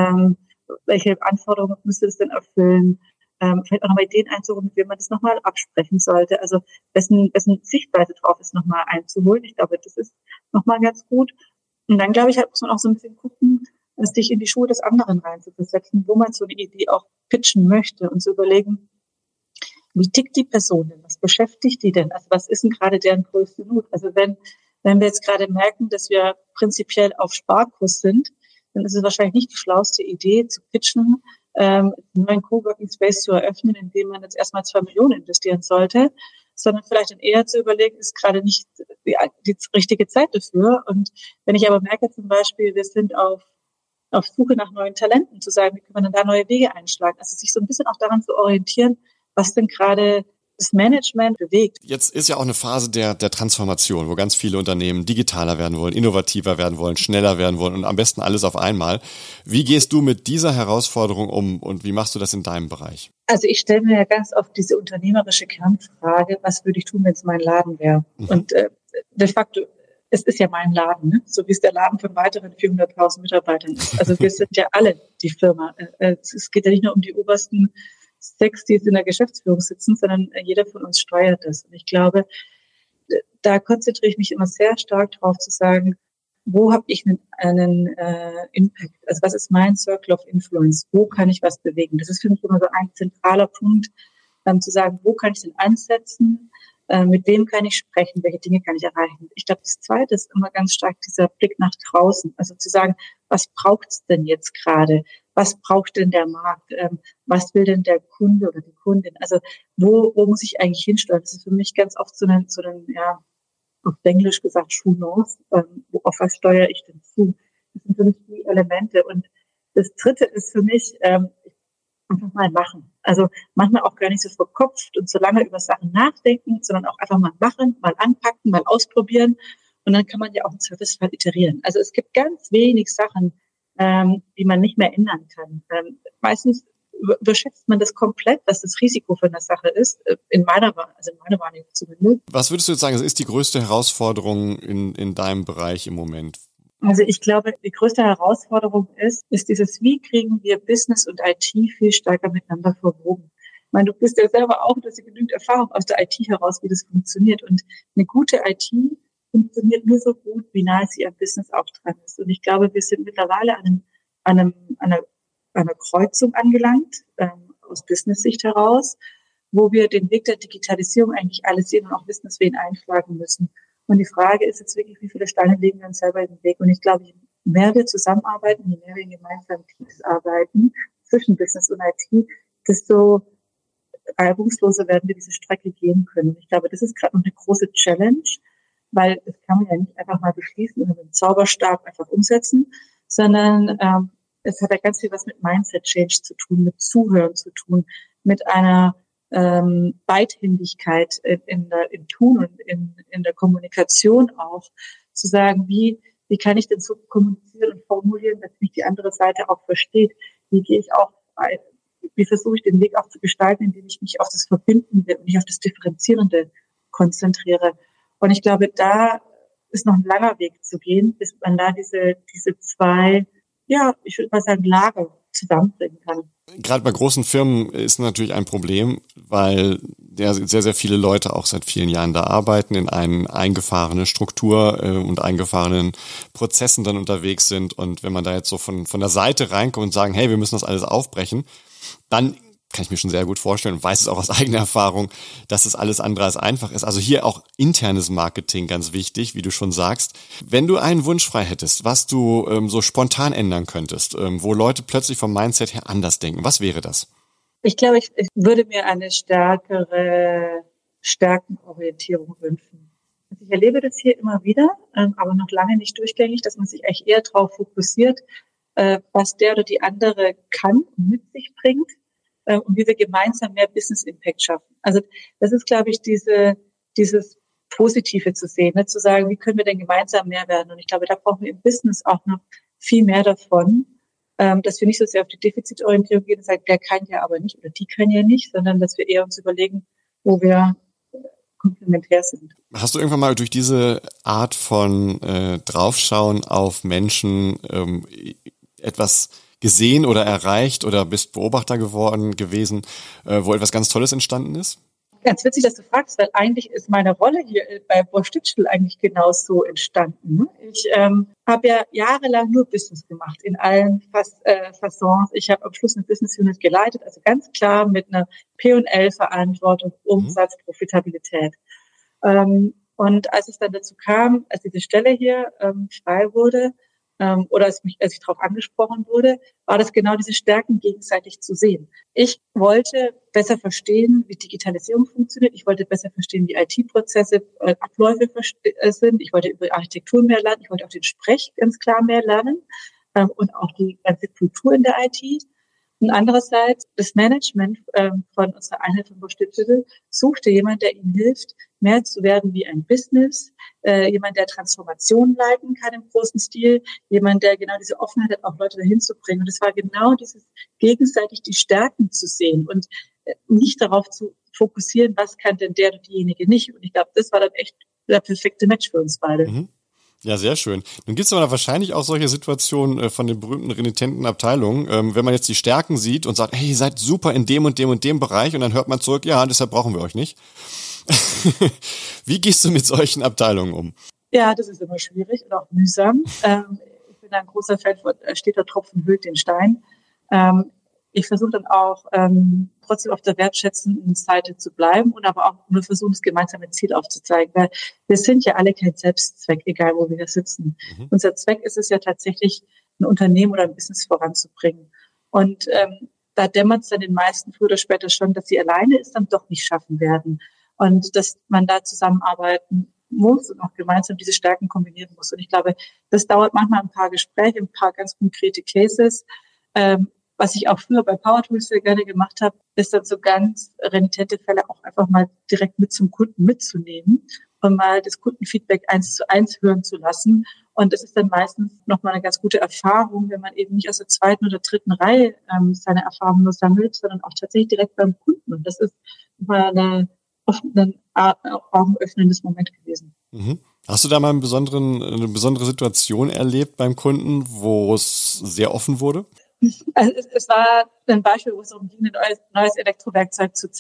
Welche Anforderungen müsste das denn erfüllen? Vielleicht auch nochmal Ideen einzuholen, mit wem man das nochmal absprechen sollte. Also wessen Sichtweise drauf ist, nochmal einzuholen. Ich glaube, das ist nochmal ganz gut. Und dann, glaube ich, muss man auch so ein bisschen gucken, sich in die Schuhe des anderen reinzuversetzen, wo man so eine Idee auch pitchen möchte und zu überlegen, wie tickt die Person denn? Was beschäftigt die denn? Also was ist denn gerade deren größte Not? Also wenn wir jetzt gerade merken, dass wir prinzipiell auf Sparkurs sind, dann ist es wahrscheinlich nicht die schlauste Idee zu pitchen, einen neuen Coworking Space zu eröffnen, in dem man jetzt erstmal 2 Millionen investieren sollte, sondern vielleicht dann eher zu überlegen, ist gerade nicht die richtige Zeit dafür. Und wenn ich aber merke zum Beispiel, wir sind auf Suche nach neuen Talenten, zu sagen, wie kann man denn da neue Wege einschlagen? Also sich so ein bisschen auch daran zu orientieren, was denn gerade das Management bewegt. Jetzt ist ja auch eine Phase der Transformation, wo ganz viele Unternehmen digitaler werden wollen, innovativer werden wollen, schneller werden wollen und am besten alles auf einmal. Wie gehst du mit dieser Herausforderung um und wie machst du das in deinem Bereich? Also ich stelle mir ja ganz oft diese unternehmerische Kernfrage, was würde ich tun, wenn es mein Laden wäre? Und de facto, es ist ja mein Laden, ne? So wie es der Laden von weiteren 400.000 Mitarbeitern ist. Also wir sind ja alle die Firma. Es geht ja nicht nur um die obersten 6, die jetzt in der Geschäftsführung sitzen, sondern jeder von uns steuert das. Und ich glaube, da konzentriere ich mich immer sehr stark drauf zu sagen, wo habe ich einen Impact? Also was ist mein Circle of Influence? Wo kann ich was bewegen? Das ist für mich immer so ein zentraler Punkt, zu sagen, wo kann ich denn ansetzen? Mit wem kann ich sprechen? Welche Dinge kann ich erreichen? Ich glaube, das Zweite ist immer ganz stark dieser Blick nach draußen. Also zu sagen, was braucht es denn jetzt gerade? Was braucht denn der Markt? Was will denn der Kunde oder die Kundin? Also wo muss ich eigentlich hinsteuern? Das ist für mich ganz oft so ein ja, auf Englisch gesagt, True North. Auf was steuere ich denn zu? Das sind für mich die Elemente. Und das Dritte ist für mich einfach mal machen. Also manchmal auch gar nicht so verkopft und so lange über Sachen nachdenken, sondern auch einfach mal machen, mal anpacken, mal ausprobieren. Und dann kann man ja auch im Servicefall iterieren. Also es gibt ganz wenig Sachen, die man nicht mehr ändern kann. Meistens überschätzt man das komplett, was das Risiko von der Sache ist, in meiner Wahrnehmung zumindest. Was würdest du jetzt sagen, das ist die größte Herausforderung in deinem Bereich im Moment? Also ich glaube, die größte Herausforderung ist dieses, wie kriegen wir Business und IT viel stärker miteinander verwoben. Ich meine, du bist ja selber auch, du hast ja genügend Erfahrung aus der IT heraus, wie das funktioniert. Und eine gute IT funktioniert nur so gut, wie nahe sie am Business auch dran ist. Und ich glaube, wir sind mittlerweile an einer Kreuzung angelangt, aus Business-Sicht heraus, wo wir den Weg der Digitalisierung eigentlich alles sehen und auch wissen, dass wir ihn einschlagen müssen. Und die Frage ist jetzt wirklich, wie viele Steine legen wir uns selber in den Weg? Und ich glaube, je mehr wir zusammenarbeiten, je mehr wir in gemeinsamen Teams arbeiten, zwischen Business und IT, desto reibungsloser werden wir diese Strecke gehen können. Ich glaube, das ist gerade noch eine große Challenge, weil das kann man ja nicht einfach mal beschließen und mit einem Zauberstab einfach umsetzen, sondern es hat ja ganz viel was mit Mindset-Change zu tun, mit Zuhören zu tun, mit einer Beidhändigkeit im Tun und in der Kommunikation auch, zu sagen, wie kann ich denn so kommunizieren und formulieren, dass mich die andere Seite auch versteht? Wie versuche ich den Weg auch zu gestalten, indem ich mich auf das Verbindende und nicht auf das Differenzierende konzentriere? Und ich glaube, da ist noch ein langer Weg zu gehen, bis man da diese 2, ja, ich würde mal sagen, Lager zusammenbringen kann. Gerade bei großen Firmen ist natürlich ein Problem, weil ja sehr, sehr viele Leute auch seit vielen Jahren da arbeiten, in eine eingefahrene Struktur und eingefahrenen Prozessen dann unterwegs sind. Und wenn man da jetzt so von der Seite reinkommt und sagen, hey, wir müssen das alles aufbrechen, dann kann ich mir schon sehr gut vorstellen und weiß es auch aus eigener Erfahrung, dass es alles andere als einfach ist. Also hier auch internes Marketing ganz wichtig, wie du schon sagst. Wenn du einen Wunsch frei hättest, was du so spontan ändern könntest, wo Leute plötzlich vom Mindset her anders denken, was wäre das? Ich glaube, ich würde mir eine stärkere Stärkenorientierung wünschen. Also ich erlebe das hier immer wieder, aber noch lange nicht durchgängig, dass man sich eigentlich eher darauf fokussiert, was der oder die andere kann und mit sich bringt, und wie wir gemeinsam mehr Business Impact schaffen. Also das ist, glaube ich, dieses Positive zu sehen, ne? Zu sagen, wie können wir denn gemeinsam mehr werden? Und ich glaube, da brauchen wir im Business auch noch viel mehr davon, dass wir nicht so sehr auf die Defizitorientierung gehen und sagen, der kann ja aber nicht oder die kann ja nicht, sondern dass wir eher uns überlegen, wo wir komplementär sind. Hast du irgendwann mal durch diese Art von Draufschauen auf Menschen etwas gesehen oder erreicht oder bist Beobachter gewesen, wo etwas ganz Tolles entstanden ist? Ganz witzig, dass du fragst, weil eigentlich ist meine Rolle hier bei Bosch Digital eigentlich genauso entstanden. Ich habe ja jahrelang nur Business gemacht, in allen Fassons. Ich habe am Schluss eine Business Unit geleitet, also ganz klar mit einer P&L-Verantwortung, Umsatz, Profitabilität. Und als es dann dazu kam, als diese Stelle hier frei wurde, oder als ich darauf angesprochen wurde, war das genau diese Stärken gegenseitig zu sehen. Ich wollte besser verstehen, wie Digitalisierung funktioniert. Ich wollte besser verstehen, wie IT-Prozesse, Abläufe sind. Ich wollte über Architektur mehr lernen. Ich wollte auch den Sprech ganz klar mehr lernen, und auch die ganze Kultur in der IT. Und andererseits, das Management von unserer Einheit von Bosch Digital suchte jemand, der ihnen hilft, mehr zu werden wie ein Business, jemand, der Transformation leiten kann im großen Stil, jemand, der genau diese Offenheit hat, auch Leute dahin zu bringen. Und es war genau dieses gegenseitig die Stärken zu sehen und nicht darauf zu fokussieren, was kann denn der oder diejenige nicht. Und ich glaube, das war dann echt der perfekte Match für uns beide. Mhm. Ja, sehr schön. Nun gibt es aber wahrscheinlich auch solche Situationen von den berühmten renitenten Abteilungen, wenn man jetzt die Stärken sieht und sagt, hey, ihr seid super in dem und dem und dem Bereich und dann hört man zurück, ja, deshalb brauchen wir euch nicht. Wie gehst du mit solchen Abteilungen um? Ja, das ist immer schwierig und auch mühsam. Ich bin ein großer Fan von steter Tropfen höhlt den Stein. Ich versuche dann auch trotzdem auf der wertschätzenden Seite zu bleiben und aber auch nur versuchen, das gemeinsame Ziel aufzuzeigen. Weil wir sind ja alle kein Selbstzweck, egal wo wir hier sitzen. Mhm. Unser Zweck ist es ja tatsächlich, ein Unternehmen oder ein Business voranzubringen. Und da dämmert es dann den meisten früher oder später schon, dass sie alleine es dann doch nicht schaffen werden. Und dass man da zusammenarbeiten muss und auch gemeinsam diese Stärken kombinieren muss. Und ich glaube, das dauert manchmal ein paar Gespräche, ein paar ganz konkrete Cases. Was ich auch früher bei Power Tools sehr gerne gemacht habe, ist dann so ganz renitente Fälle auch einfach mal direkt mit zum Kunden mitzunehmen und mal das Kundenfeedback 1:1 hören zu lassen. Und das ist dann meistens nochmal eine ganz gute Erfahrung, wenn man eben nicht aus der zweiten oder dritten Reihe seine Erfahrungen nur sammelt, sondern auch tatsächlich direkt beim Kunden. Und das ist mal ein augenöffnendes Moment gewesen. Mhm. Hast du da mal eine besondere Situation erlebt beim Kunden, wo es sehr offen wurde? Also es war ein Beispiel, wo es darum ging, ein neues Elektrowerkzeug zu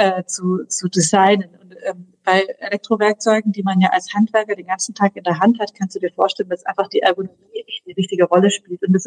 designen. Und bei Elektrowerkzeugen, die man ja als Handwerker den ganzen Tag in der Hand hat, kannst du dir vorstellen, dass einfach die Ergonomie die richtige Rolle spielt. Und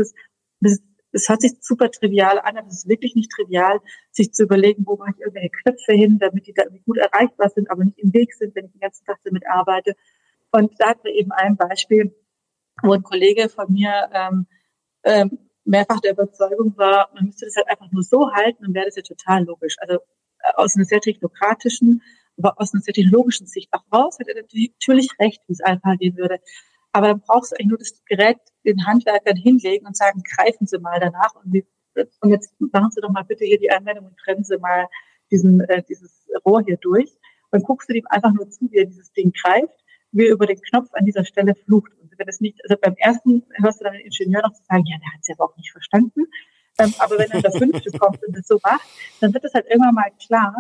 das hört sich super trivial an, aber es ist wirklich nicht trivial, sich zu überlegen, wo mache ich irgendwelche Knöpfe hin, damit die da gut erreichbar sind, aber nicht im Weg sind, wenn ich den ganzen Tag damit arbeite. Und da hatten wir eben ein Beispiel, wo ein Kollege von mir mehrfach der Überzeugung war, man müsste das halt einfach nur so halten, dann wäre das ja total logisch. Also aus einer sehr technokratischen, aber aus einer sehr technologischen Sicht auch raus, hat er natürlich recht, wie es einfach gehen würde. Aber dann brauchst du eigentlich nur das Gerät den Handwerkern hinlegen und sagen, greifen Sie mal danach und jetzt machen Sie doch mal bitte hier die Anwendung und trennen Sie mal dieses Rohr hier durch. Dann guckst du ihm einfach nur zu, wie er dieses Ding greift, wie er über den Knopf an dieser Stelle flucht. Und wenn das nicht, also beim ersten hörst du dann den Ingenieur noch zu sagen, ja, der hat es ja aber auch nicht verstanden. Aber wenn dann der fünfte kommt und das so macht, dann wird das halt irgendwann mal klar,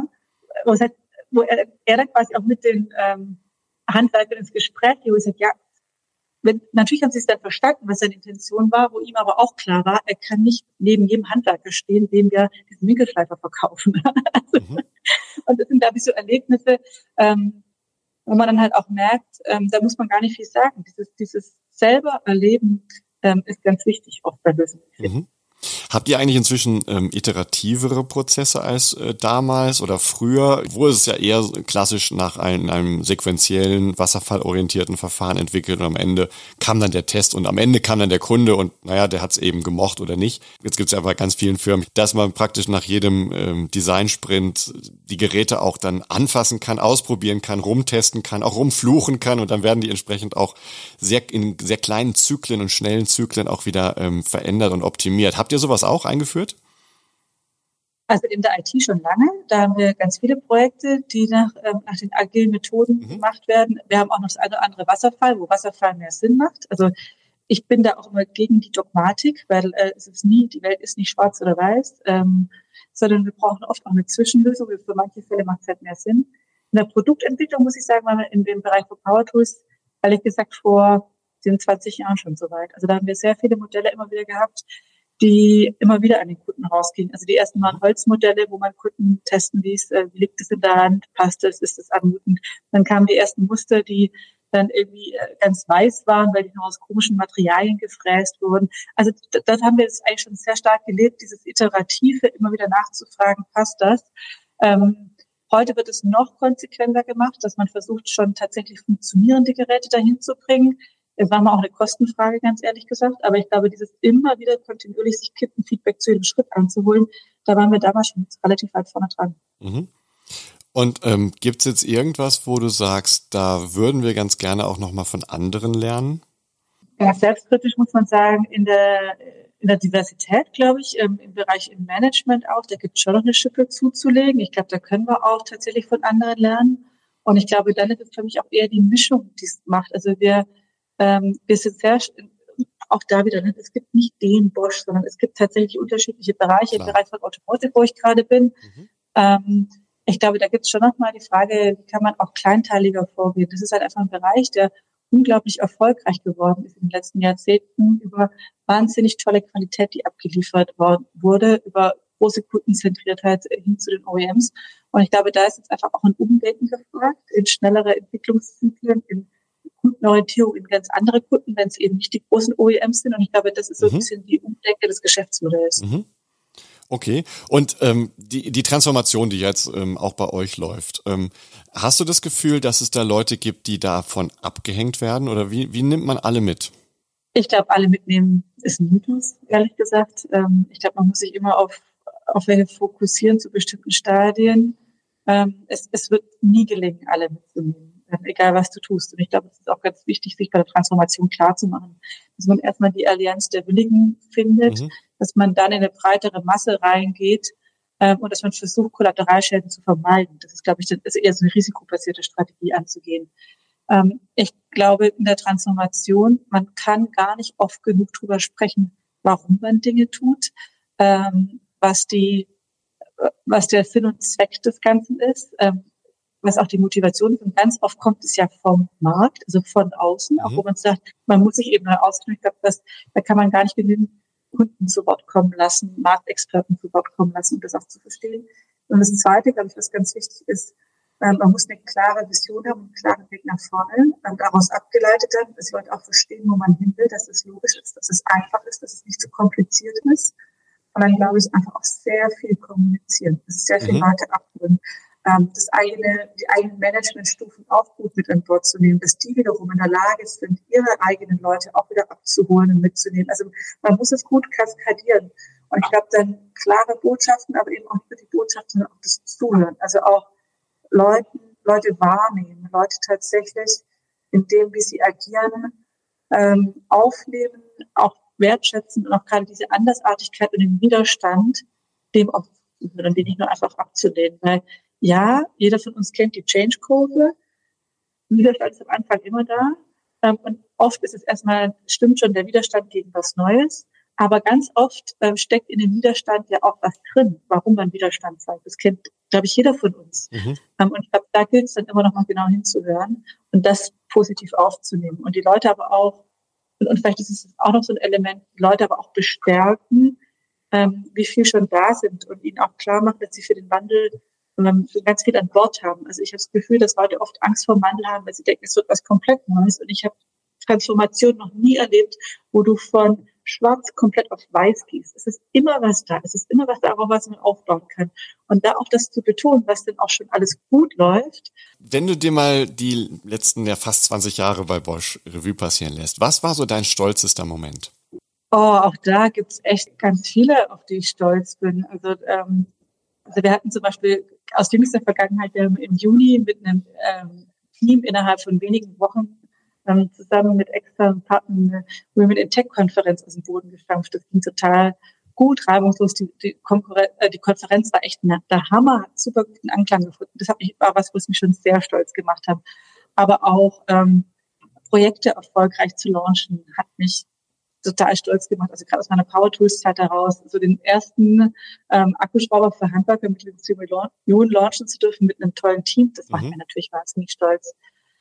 wo er dann quasi auch mit den Handwerkern ins Gespräch geht, wo er sagt, ja, natürlich haben sie es dann verstanden, was seine Intention war, wo ihm aber auch klar war, er kann nicht neben jedem Handwerker stehen, dem wir diesen Winkelschleifer verkaufen. Und das sind, glaube ich, so Erlebnisse, wo man dann halt auch merkt, da muss man gar nicht viel sagen. Dieses selber Erleben ist ganz wichtig oft bei Lösungen. Mhm. Habt ihr eigentlich inzwischen iterativere Prozesse als damals oder früher? Wo ist es ja eher klassisch nach einem sequenziellen, wasserfallorientierten Verfahren entwickelt und am Ende kam dann der Test und am Ende kam dann der Kunde und naja, der hat es eben gemocht oder nicht. Jetzt gibt es ja bei ganz vielen Firmen, dass man praktisch nach jedem Design-Sprint die Geräte auch dann anfassen kann, ausprobieren kann, rumtesten kann, auch rumfluchen kann und dann werden die entsprechend auch in sehr kleinen Zyklen und schnellen Zyklen auch wieder verändert und optimiert. Habt ihr sowas auch eingeführt? Also in der IT schon lange. Da haben wir ganz viele Projekte, die nach den agilen Methoden gemacht werden. Wir haben auch noch das eine oder andere Wasserfall, wo Wasserfall mehr Sinn macht. Also ich bin da auch immer gegen die Dogmatik, weil die Welt ist nicht schwarz oder weiß, sondern wir brauchen oft auch eine Zwischenlösung. Für manche Fälle macht es halt mehr Sinn. In der Produktentwicklung muss ich sagen, waren wir in dem Bereich von Power Tools, ehrlich gesagt, vor 20 Jahren schon soweit. Also da haben wir sehr viele Modelle immer wieder gehabt, die immer wieder an den Kunden rausgingen. Also die ersten waren Holzmodelle, wo man Kunden testen ließ, wie liegt es in der Hand, passt es, ist es anmutend. Dann kamen die ersten Muster, die dann irgendwie ganz weiß waren, weil die noch aus komischen Materialien gefräst wurden. Also das haben wir jetzt eigentlich schon sehr stark gelebt, dieses Iterative, immer wieder nachzufragen, passt das? Heute wird es noch konsequenter gemacht, dass man versucht, schon tatsächlich funktionierende Geräte dahin zu bringen. Es war mal auch eine Kostenfrage, ganz ehrlich gesagt. Aber ich glaube, dieses immer wieder kontinuierlich sich Feedback zu jedem Schritt anzuholen, da waren wir damals schon relativ weit vorne dran. Mhm. Und gibt es jetzt irgendwas, wo du sagst, da würden wir ganz gerne auch nochmal von anderen lernen? Ja, selbstkritisch muss man sagen, in der Diversität, glaube ich, im Bereich im Management auch, da gibt es schon noch eine Schippe zuzulegen. Ich glaube, da können wir auch tatsächlich von anderen lernen. Und ich glaube, dann ist es für mich auch eher die Mischung, die es macht. Also wir sind sehr, auch da wieder, es gibt nicht den Bosch, sondern es gibt tatsächlich unterschiedliche Bereiche. Klar. Im Bereich von Automotive, wo ich gerade bin. Ich glaube, da gibt es schon nochmal die Frage, wie kann man auch kleinteiliger vorgehen? Das ist halt einfach ein Bereich, der unglaublich erfolgreich geworden ist in den letzten Jahrzehnten über wahnsinnig tolle Qualität, die abgeliefert wurde, über große Kundenzentriertheit hin zu den OEMs. Und ich glaube, da ist jetzt einfach auch ein Umdenken gefragt, in schnellere Entwicklungszyklen, in Kundenorientierung in ganz andere Kunden, wenn es eben nicht die großen OEMs sind. Und ich glaube, das ist so ein bisschen die Umdenke des Geschäftsmodells. Okay. Und die Transformation, die jetzt auch bei euch läuft, hast du das Gefühl, dass es da Leute gibt, die davon abgehängt werden? Oder wie nimmt man alle mit? Ich glaube, alle mitnehmen ist ein Mythos, ehrlich gesagt. Ich glaube, man muss sich immer auf welche fokussieren zu bestimmten Stadien. Es wird nie gelingen, alle mitzunehmen, egal was du tust. Und ich glaube, es ist auch ganz wichtig, sich bei der Transformation klarzumachen, dass man erstmal die Allianz der Willigen findet, dass man dann in eine breitere Masse reingeht und dass man versucht, Kollateralschäden zu vermeiden. Das ist, glaube ich, das ist eher so eine risikobasierte Strategie anzugehen. Ich glaube, in der Transformation, man kann gar nicht oft genug drüber sprechen, warum man Dinge tut, was der Sinn und Zweck des Ganzen ist, was auch die Motivation ist. Und ganz oft kommt es ja vom Markt, also von außen, auch wo man sagt, man muss sich eben neu ausrichten. Ich glaube, da kann man gar nicht genügend Kunden zu Wort kommen lassen, Marktexperten zu Wort kommen lassen, um das auch zu verstehen. Und das Zweite, glaube ich, was ganz wichtig ist, man muss eine klare Vision haben, einen klaren Weg nach vorne, daraus abgeleitet dann, dass die Leute auch verstehen, wo man hin will, dass es logisch ist, dass es einfach ist, dass es nicht zu kompliziert ist. Und dann, glaube ich, einfach auch sehr viel kommunizieren, dass es sehr viel Leute abholen, die eigenen Managementstufen auch gut mit an Bord zu nehmen, dass die wiederum in der Lage sind, ihre eigenen Leute auch wieder abzuholen und mitzunehmen. Also man muss es gut kaskadieren. Und ich glaube, dann klare Botschaften, aber eben auch nicht nur die Botschaften, sondern auch das Zuhören. Also auch Leute wahrnehmen, Leute tatsächlich in dem, wie sie agieren, aufnehmen, auch wertschätzen und auch gerade diese Andersartigkeit und den Widerstand, dem auch den nicht nur einfach abzulehnen. Weil ja, jeder von uns kennt die Change-Kurve. Widerstand ist am Anfang immer da. Und oft ist es erstmal, stimmt schon der Widerstand gegen was Neues. Aber ganz oft steckt in dem Widerstand ja auch was drin, warum man Widerstand zeigt. Das kennt, glaube ich, jeder von uns. Und ich glaube, da gilt es dann immer noch mal genau hinzuhören und das positiv aufzunehmen. Und die Leute aber auch, und vielleicht ist es auch noch so ein Element, die Leute aber auch bestärken, wie viel schon da sind und ihnen auch klar machen, dass sie für den Wandel ganz viel an Bord haben. Also ich habe das Gefühl, dass Leute oft Angst vor dem Wandel haben, weil sie denken, es wird was komplett Neues. Und ich habe Transformation noch nie erlebt, wo du von schwarz komplett auf weiß gießt. Es ist immer was da. Es ist immer was darauf, was man aufbauen kann. Und da auch das zu betonen, was denn auch schon alles gut läuft. Wenn du dir mal die letzten fast 20 Jahre bei Bosch Revue passieren lässt, was war so dein stolzester Moment? Oh, auch da gibt's echt ganz viele, auf die ich stolz bin. Also wir hatten zum Beispiel aus jüngster Vergangenheit, wir haben im Juni mit einem Team innerhalb von wenigen Wochen zusammen mit externen Partnern eine Women in Tech-Konferenz aus dem Boden gestampft. Das ging total gut, reibungslos. Die Konferenz war echt der Hammer, hat super guten Anklang gefunden. Das war was, was mich schon sehr stolz gemacht hat. Aber auch Projekte erfolgreich zu launchen, hat mich total stolz gemacht. Also gerade aus meiner Power Tools Zeit heraus, so den ersten Akkuschrauber für Handwerker mit Lithium-Ionen launchen zu dürfen mit einem tollen Team, das macht mir natürlich wahnsinnig stolz.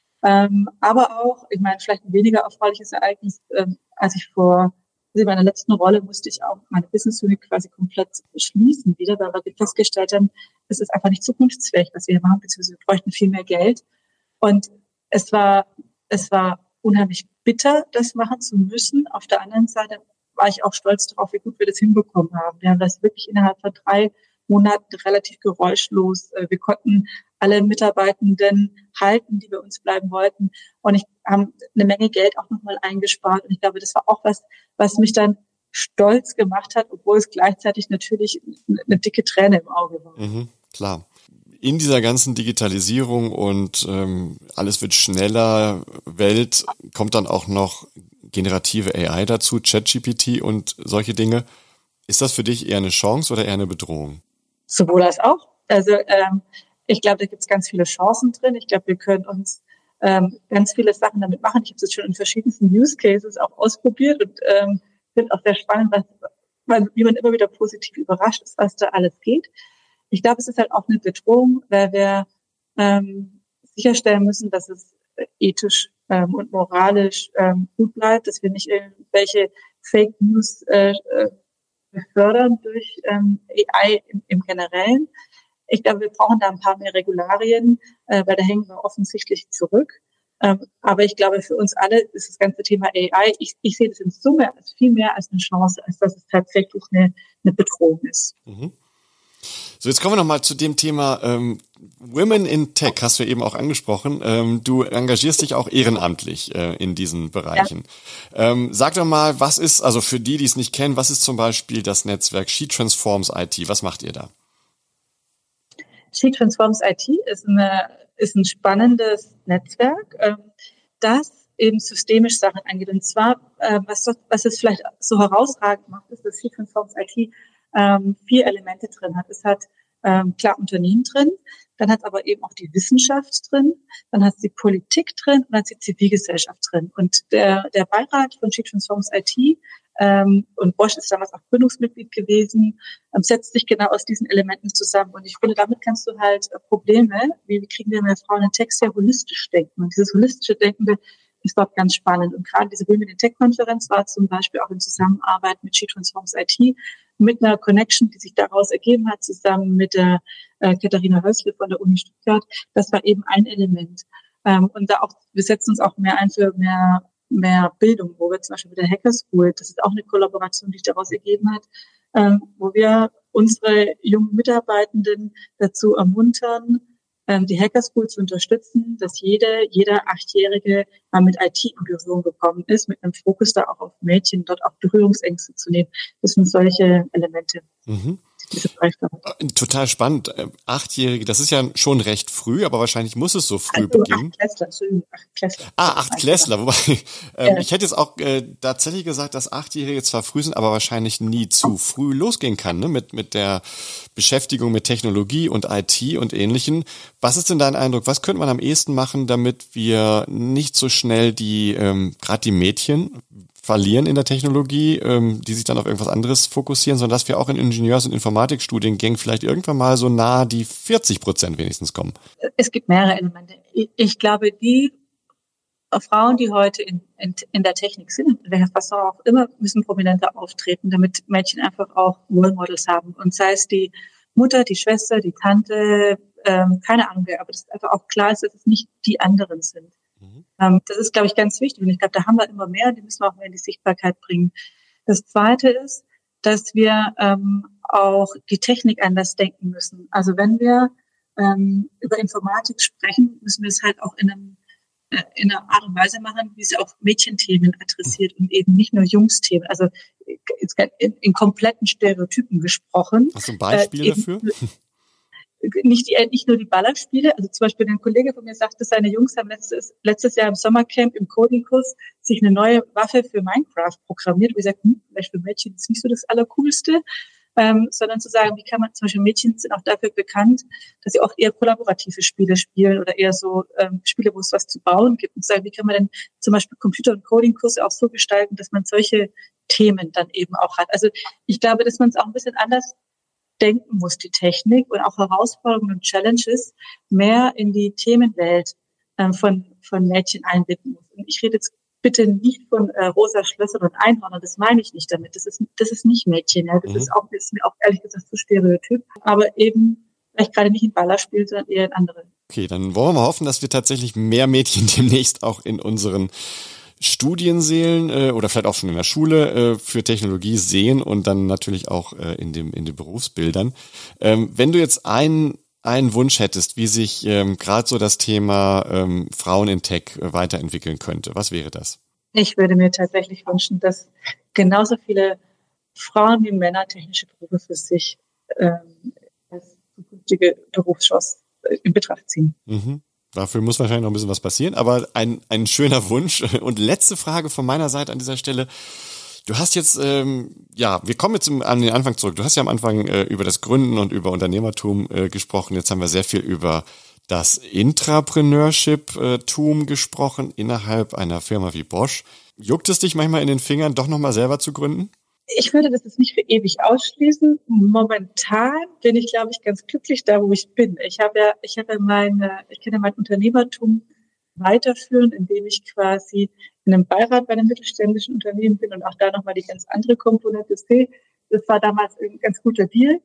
Aber auch, ich meine, vielleicht ein weniger erfreuliches Ereignis, als ich in meiner letzten Rolle musste ich auch meine Business Unit quasi komplett schließen wieder, weil wir festgestellt haben, es ist einfach nicht zukunftsfähig, was wir hier machen, beziehungsweise wir bräuchten viel mehr Geld. Und es war unheimlich bitter, das machen zu müssen. Auf der anderen Seite war ich auch stolz darauf, wie gut wir das hinbekommen haben. Wir haben das wirklich innerhalb von 3 Monaten relativ geräuschlos. Wir konnten alle Mitarbeitenden halten, die bei uns bleiben wollten. Und ich habe eine Menge Geld auch nochmal eingespart. Und ich glaube, das war auch was mich dann stolz gemacht hat, obwohl es gleichzeitig natürlich eine dicke Träne im Auge war. Klar. In dieser ganzen Digitalisierung und alles wird schneller Welt kommt dann auch noch generative AI dazu, ChatGPT und solche Dinge. Ist das für dich eher eine Chance oder eher eine Bedrohung? Sowohl als auch. Also ich glaube, da gibt es ganz viele Chancen drin. Ich glaube, wir können uns ganz viele Sachen damit machen. Ich habe es schon in verschiedensten Use Cases auch ausprobiert und finde auch sehr spannend, wie man immer wieder positiv überrascht ist, was da alles geht. Ich glaube, es ist halt auch eine Bedrohung, weil wir sicherstellen müssen, dass es ethisch und moralisch gut bleibt, dass wir nicht irgendwelche Fake News befördern durch AI im Generellen. Ich glaube, wir brauchen da ein paar mehr Regularien, weil da hängen wir offensichtlich zurück. Aber ich glaube, für uns alle ist das ganze Thema AI, ich sehe das in Summe als viel mehr als eine Chance, als dass es tatsächlich eine Bedrohung ist. So, jetzt kommen wir nochmal zu dem Thema Women in Tech, hast du eben auch angesprochen. Du engagierst dich auch ehrenamtlich in diesen Bereichen. Ja. Sag doch mal, was ist, also für die es nicht kennen, was ist zum Beispiel das Netzwerk She Transforms IT? Was macht ihr da? She Transforms IT ist ein spannendes Netzwerk, das eben systemisch Sachen angeht. Und zwar, was es vielleicht so herausragend macht, ist, dass She Transforms IT 4 Elemente drin hat. Es hat klar Unternehmen drin, dann hat aber eben auch die Wissenschaft drin, dann hat die Politik drin und dann hat die Zivilgesellschaft drin. Und der Beirat von She Transforms IT und Bosch ist damals auch Gründungsmitglied gewesen, setzt sich genau aus diesen Elementen zusammen. Und ich finde, damit kannst du halt Probleme, wie kriegen wir mehr Frauen in Tech, sehr holistisch denken. Und dieses holistische Denken ist dort ganz spannend. Und gerade diese Women in Tech-Konferenz war zum Beispiel auch in Zusammenarbeit mit She Transforms IT, mit einer Connection, die sich daraus ergeben hat, zusammen mit der Katharina Hössle von der Uni Stuttgart. Das war eben ein Element. Und da auch, wir setzen uns auch mehr ein für mehr Bildung, wo wir zum Beispiel mit der Hacker School, das ist auch eine Kollaboration, die sich daraus ergeben hat, wo wir unsere jungen Mitarbeitenden dazu ermuntern, die Hacker School zu unterstützen, dass jeder 8-Jährige mal mit IT in Berührung gekommen ist, mit einem Fokus da auch auf Mädchen, dort auch Berührungsängste zu nehmen. Das sind solche Elemente. Total spannend. 8-Jährige, das ist ja schon recht früh, aber wahrscheinlich muss es so früh beginnen. 8-Klässler. 8-Klässler, wobei ich hätte jetzt auch tatsächlich gesagt, dass 8-Jährige zwar früh sind, aber wahrscheinlich nie zu früh losgehen kann, ne? Mit der Beschäftigung mit Technologie und IT und Ähnlichem. Was ist denn dein Eindruck? Was könnte man am ehesten machen, damit wir nicht so schnell gerade die Mädchen verlieren in der Technologie, die sich dann auf irgendwas anderes fokussieren, sondern dass wir auch in Ingenieurs- und Informatikstudiengängen vielleicht irgendwann mal so nahe die 40% wenigstens kommen? Es gibt mehrere Elemente. Ich glaube, die Frauen, die heute in der Technik sind, in welcher Fassung auch immer, müssen prominenter auftreten, damit Mädchen einfach auch Role Models haben. Und sei es die Mutter, die Schwester, die Tante, keine Ahnung, aber dass einfach auch klar ist, dass es nicht die anderen sind. Das ist, glaube ich, ganz wichtig. Und ich glaube, da haben wir immer mehr, die müssen wir auch mehr in die Sichtbarkeit bringen. Das Zweite ist, dass wir auch die Technik anders denken müssen. Also wenn wir über Informatik sprechen, müssen wir es halt auch in einer Art und Weise machen, wie es auch Mädchenthemen adressiert und eben nicht nur Jungsthemen. Also in kompletten Stereotypen gesprochen. Hast du ein Beispiel dafür? Nicht nur die Ballerspiele. Also zum Beispiel ein Kollege von mir sagte, seine Jungs haben letztes Jahr im Sommercamp im Coding-Kurs sich eine neue Waffe für Minecraft programmiert. Und ich sagte, vielleicht für Mädchen ist nicht so das Allercoolste. Sondern zu sagen, wie kann man, zum Beispiel Mädchen sind auch dafür bekannt, dass sie oft eher kollaborative Spiele spielen oder eher so Spiele, wo es was zu bauen gibt, und sagen, wie kann man denn zum Beispiel Computer- und Coding-Kurse auch so gestalten, dass man solche Themen dann eben auch hat. Also ich glaube, dass man es auch ein bisschen anders denken muss, die Technik, und auch Herausforderungen und Challenges mehr in die Themenwelt von Mädchen einbinden muss. Und ich rede jetzt bitte nicht von rosa Schlössern und Einhörnern, das meine ich nicht damit. Das ist nicht Mädchen, ja. Das ist mir auch ehrlich gesagt zu stereotyp. Aber eben vielleicht gerade nicht in Ballerspiel, sondern eher in andere. Okay, dann wollen wir mal hoffen, dass wir tatsächlich mehr Mädchen demnächst auch in unseren Studiensälen oder vielleicht auch schon in der Schule für Technologie sehen und dann natürlich auch in den Berufsbildern. Wenn du jetzt einen Wunsch hättest, wie sich gerade so das Thema Frauen in Tech weiterentwickeln könnte, was wäre das? Ich würde mir tatsächlich wünschen, dass genauso viele Frauen wie Männer technische Berufe für sich als zukünftige Berufschance in Betracht ziehen. Mhm. Dafür muss wahrscheinlich noch ein bisschen was passieren, aber ein schöner Wunsch. Und letzte Frage von meiner Seite an dieser Stelle. Du hast jetzt, wir kommen jetzt an den Anfang zurück. Du hast ja am Anfang über das Gründen und über Unternehmertum gesprochen. Jetzt haben wir sehr viel über das Intrapreneurship-Tum gesprochen innerhalb einer Firma wie Bosch. Juckt es dich manchmal in den Fingern, doch nochmal selber zu gründen? Ich würde das jetzt nicht für ewig ausschließen. Momentan bin ich, glaube ich, ganz glücklich da, wo ich bin. Ich kann ja mein Unternehmertum weiterführen, indem ich quasi in einem Beirat bei einem mittelständischen Unternehmen bin und auch da nochmal die ganz andere Komponente sehe. Das war damals ein ganz guter Deal.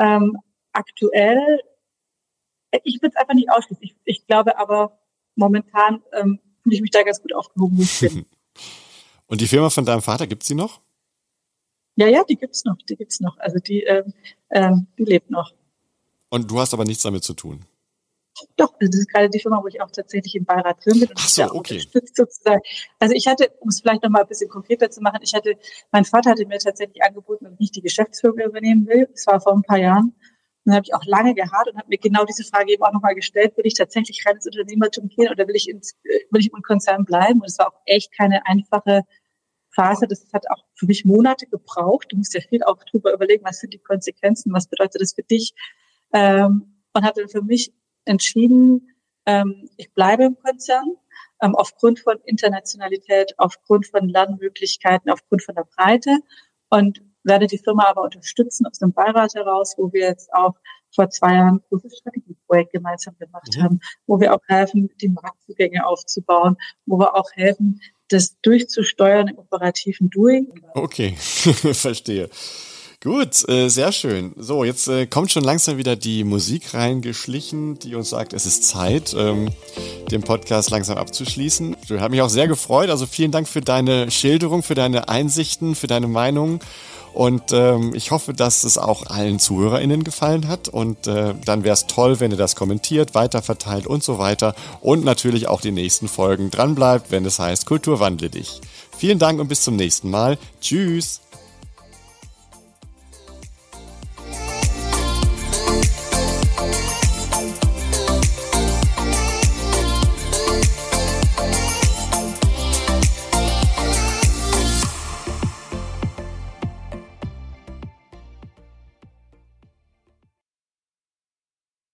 Aktuell, ich würde es einfach nicht ausschließen. Ich glaube aber, momentan fühle ich mich da ganz gut aufgehoben, wo ich bin. Und die Firma von deinem Vater, gibt's die noch? Ja, die gibt's noch. Also die lebt noch. Und du hast aber nichts damit zu tun? Doch, das ist gerade die Firma, wo ich auch tatsächlich im Beirat drin bin und Ach so, okay. Unterstützt sozusagen. Also ich hatte, um es vielleicht nochmal ein bisschen konkreter zu machen, mein Vater hatte mir tatsächlich angeboten, ob ich nicht die Geschäftsführung übernehmen will. Das war vor ein paar Jahren. Und dann habe ich auch lange geharrt und habe mir genau diese Frage eben auch nochmal gestellt, will ich tatsächlich rein ins Unternehmertum gehen oder will ich im Konzern bleiben? Und es war auch echt keine einfache Phase. Das hat auch für mich Monate gebraucht. Du musst ja viel auch drüber überlegen, was sind die Konsequenzen, was bedeutet das für dich? Und habe dann für mich entschieden, ich bleibe im Konzern, aufgrund von Internationalität, aufgrund von Lernmöglichkeiten, aufgrund von der Breite, und werde die Firma aber unterstützen aus dem Beirat heraus, wo wir jetzt auch vor 2 Jahren ein großes Strategieprojekt gemeinsam gemacht haben, wo wir auch helfen, die Marktzugänge aufzubauen, wo wir auch helfen, das durchzusteuern im operativen Doing. Okay, verstehe. Gut, sehr schön. So, jetzt kommt schon langsam wieder die Musik reingeschlichen, die uns sagt, es ist Zeit, den Podcast langsam abzuschließen. Ich habe mich auch sehr gefreut. Also vielen Dank für deine Schilderung, für deine Einsichten, für deine Meinung. Und ich hoffe, dass es auch allen ZuhörerInnen gefallen hat. Und dann wäre es toll, wenn ihr das kommentiert, weiterverteilt und so weiter. Und natürlich auch die nächsten Folgen dranbleibt, wenn es heißt, Kultur wandle dich. Vielen Dank und bis zum nächsten Mal. Tschüss.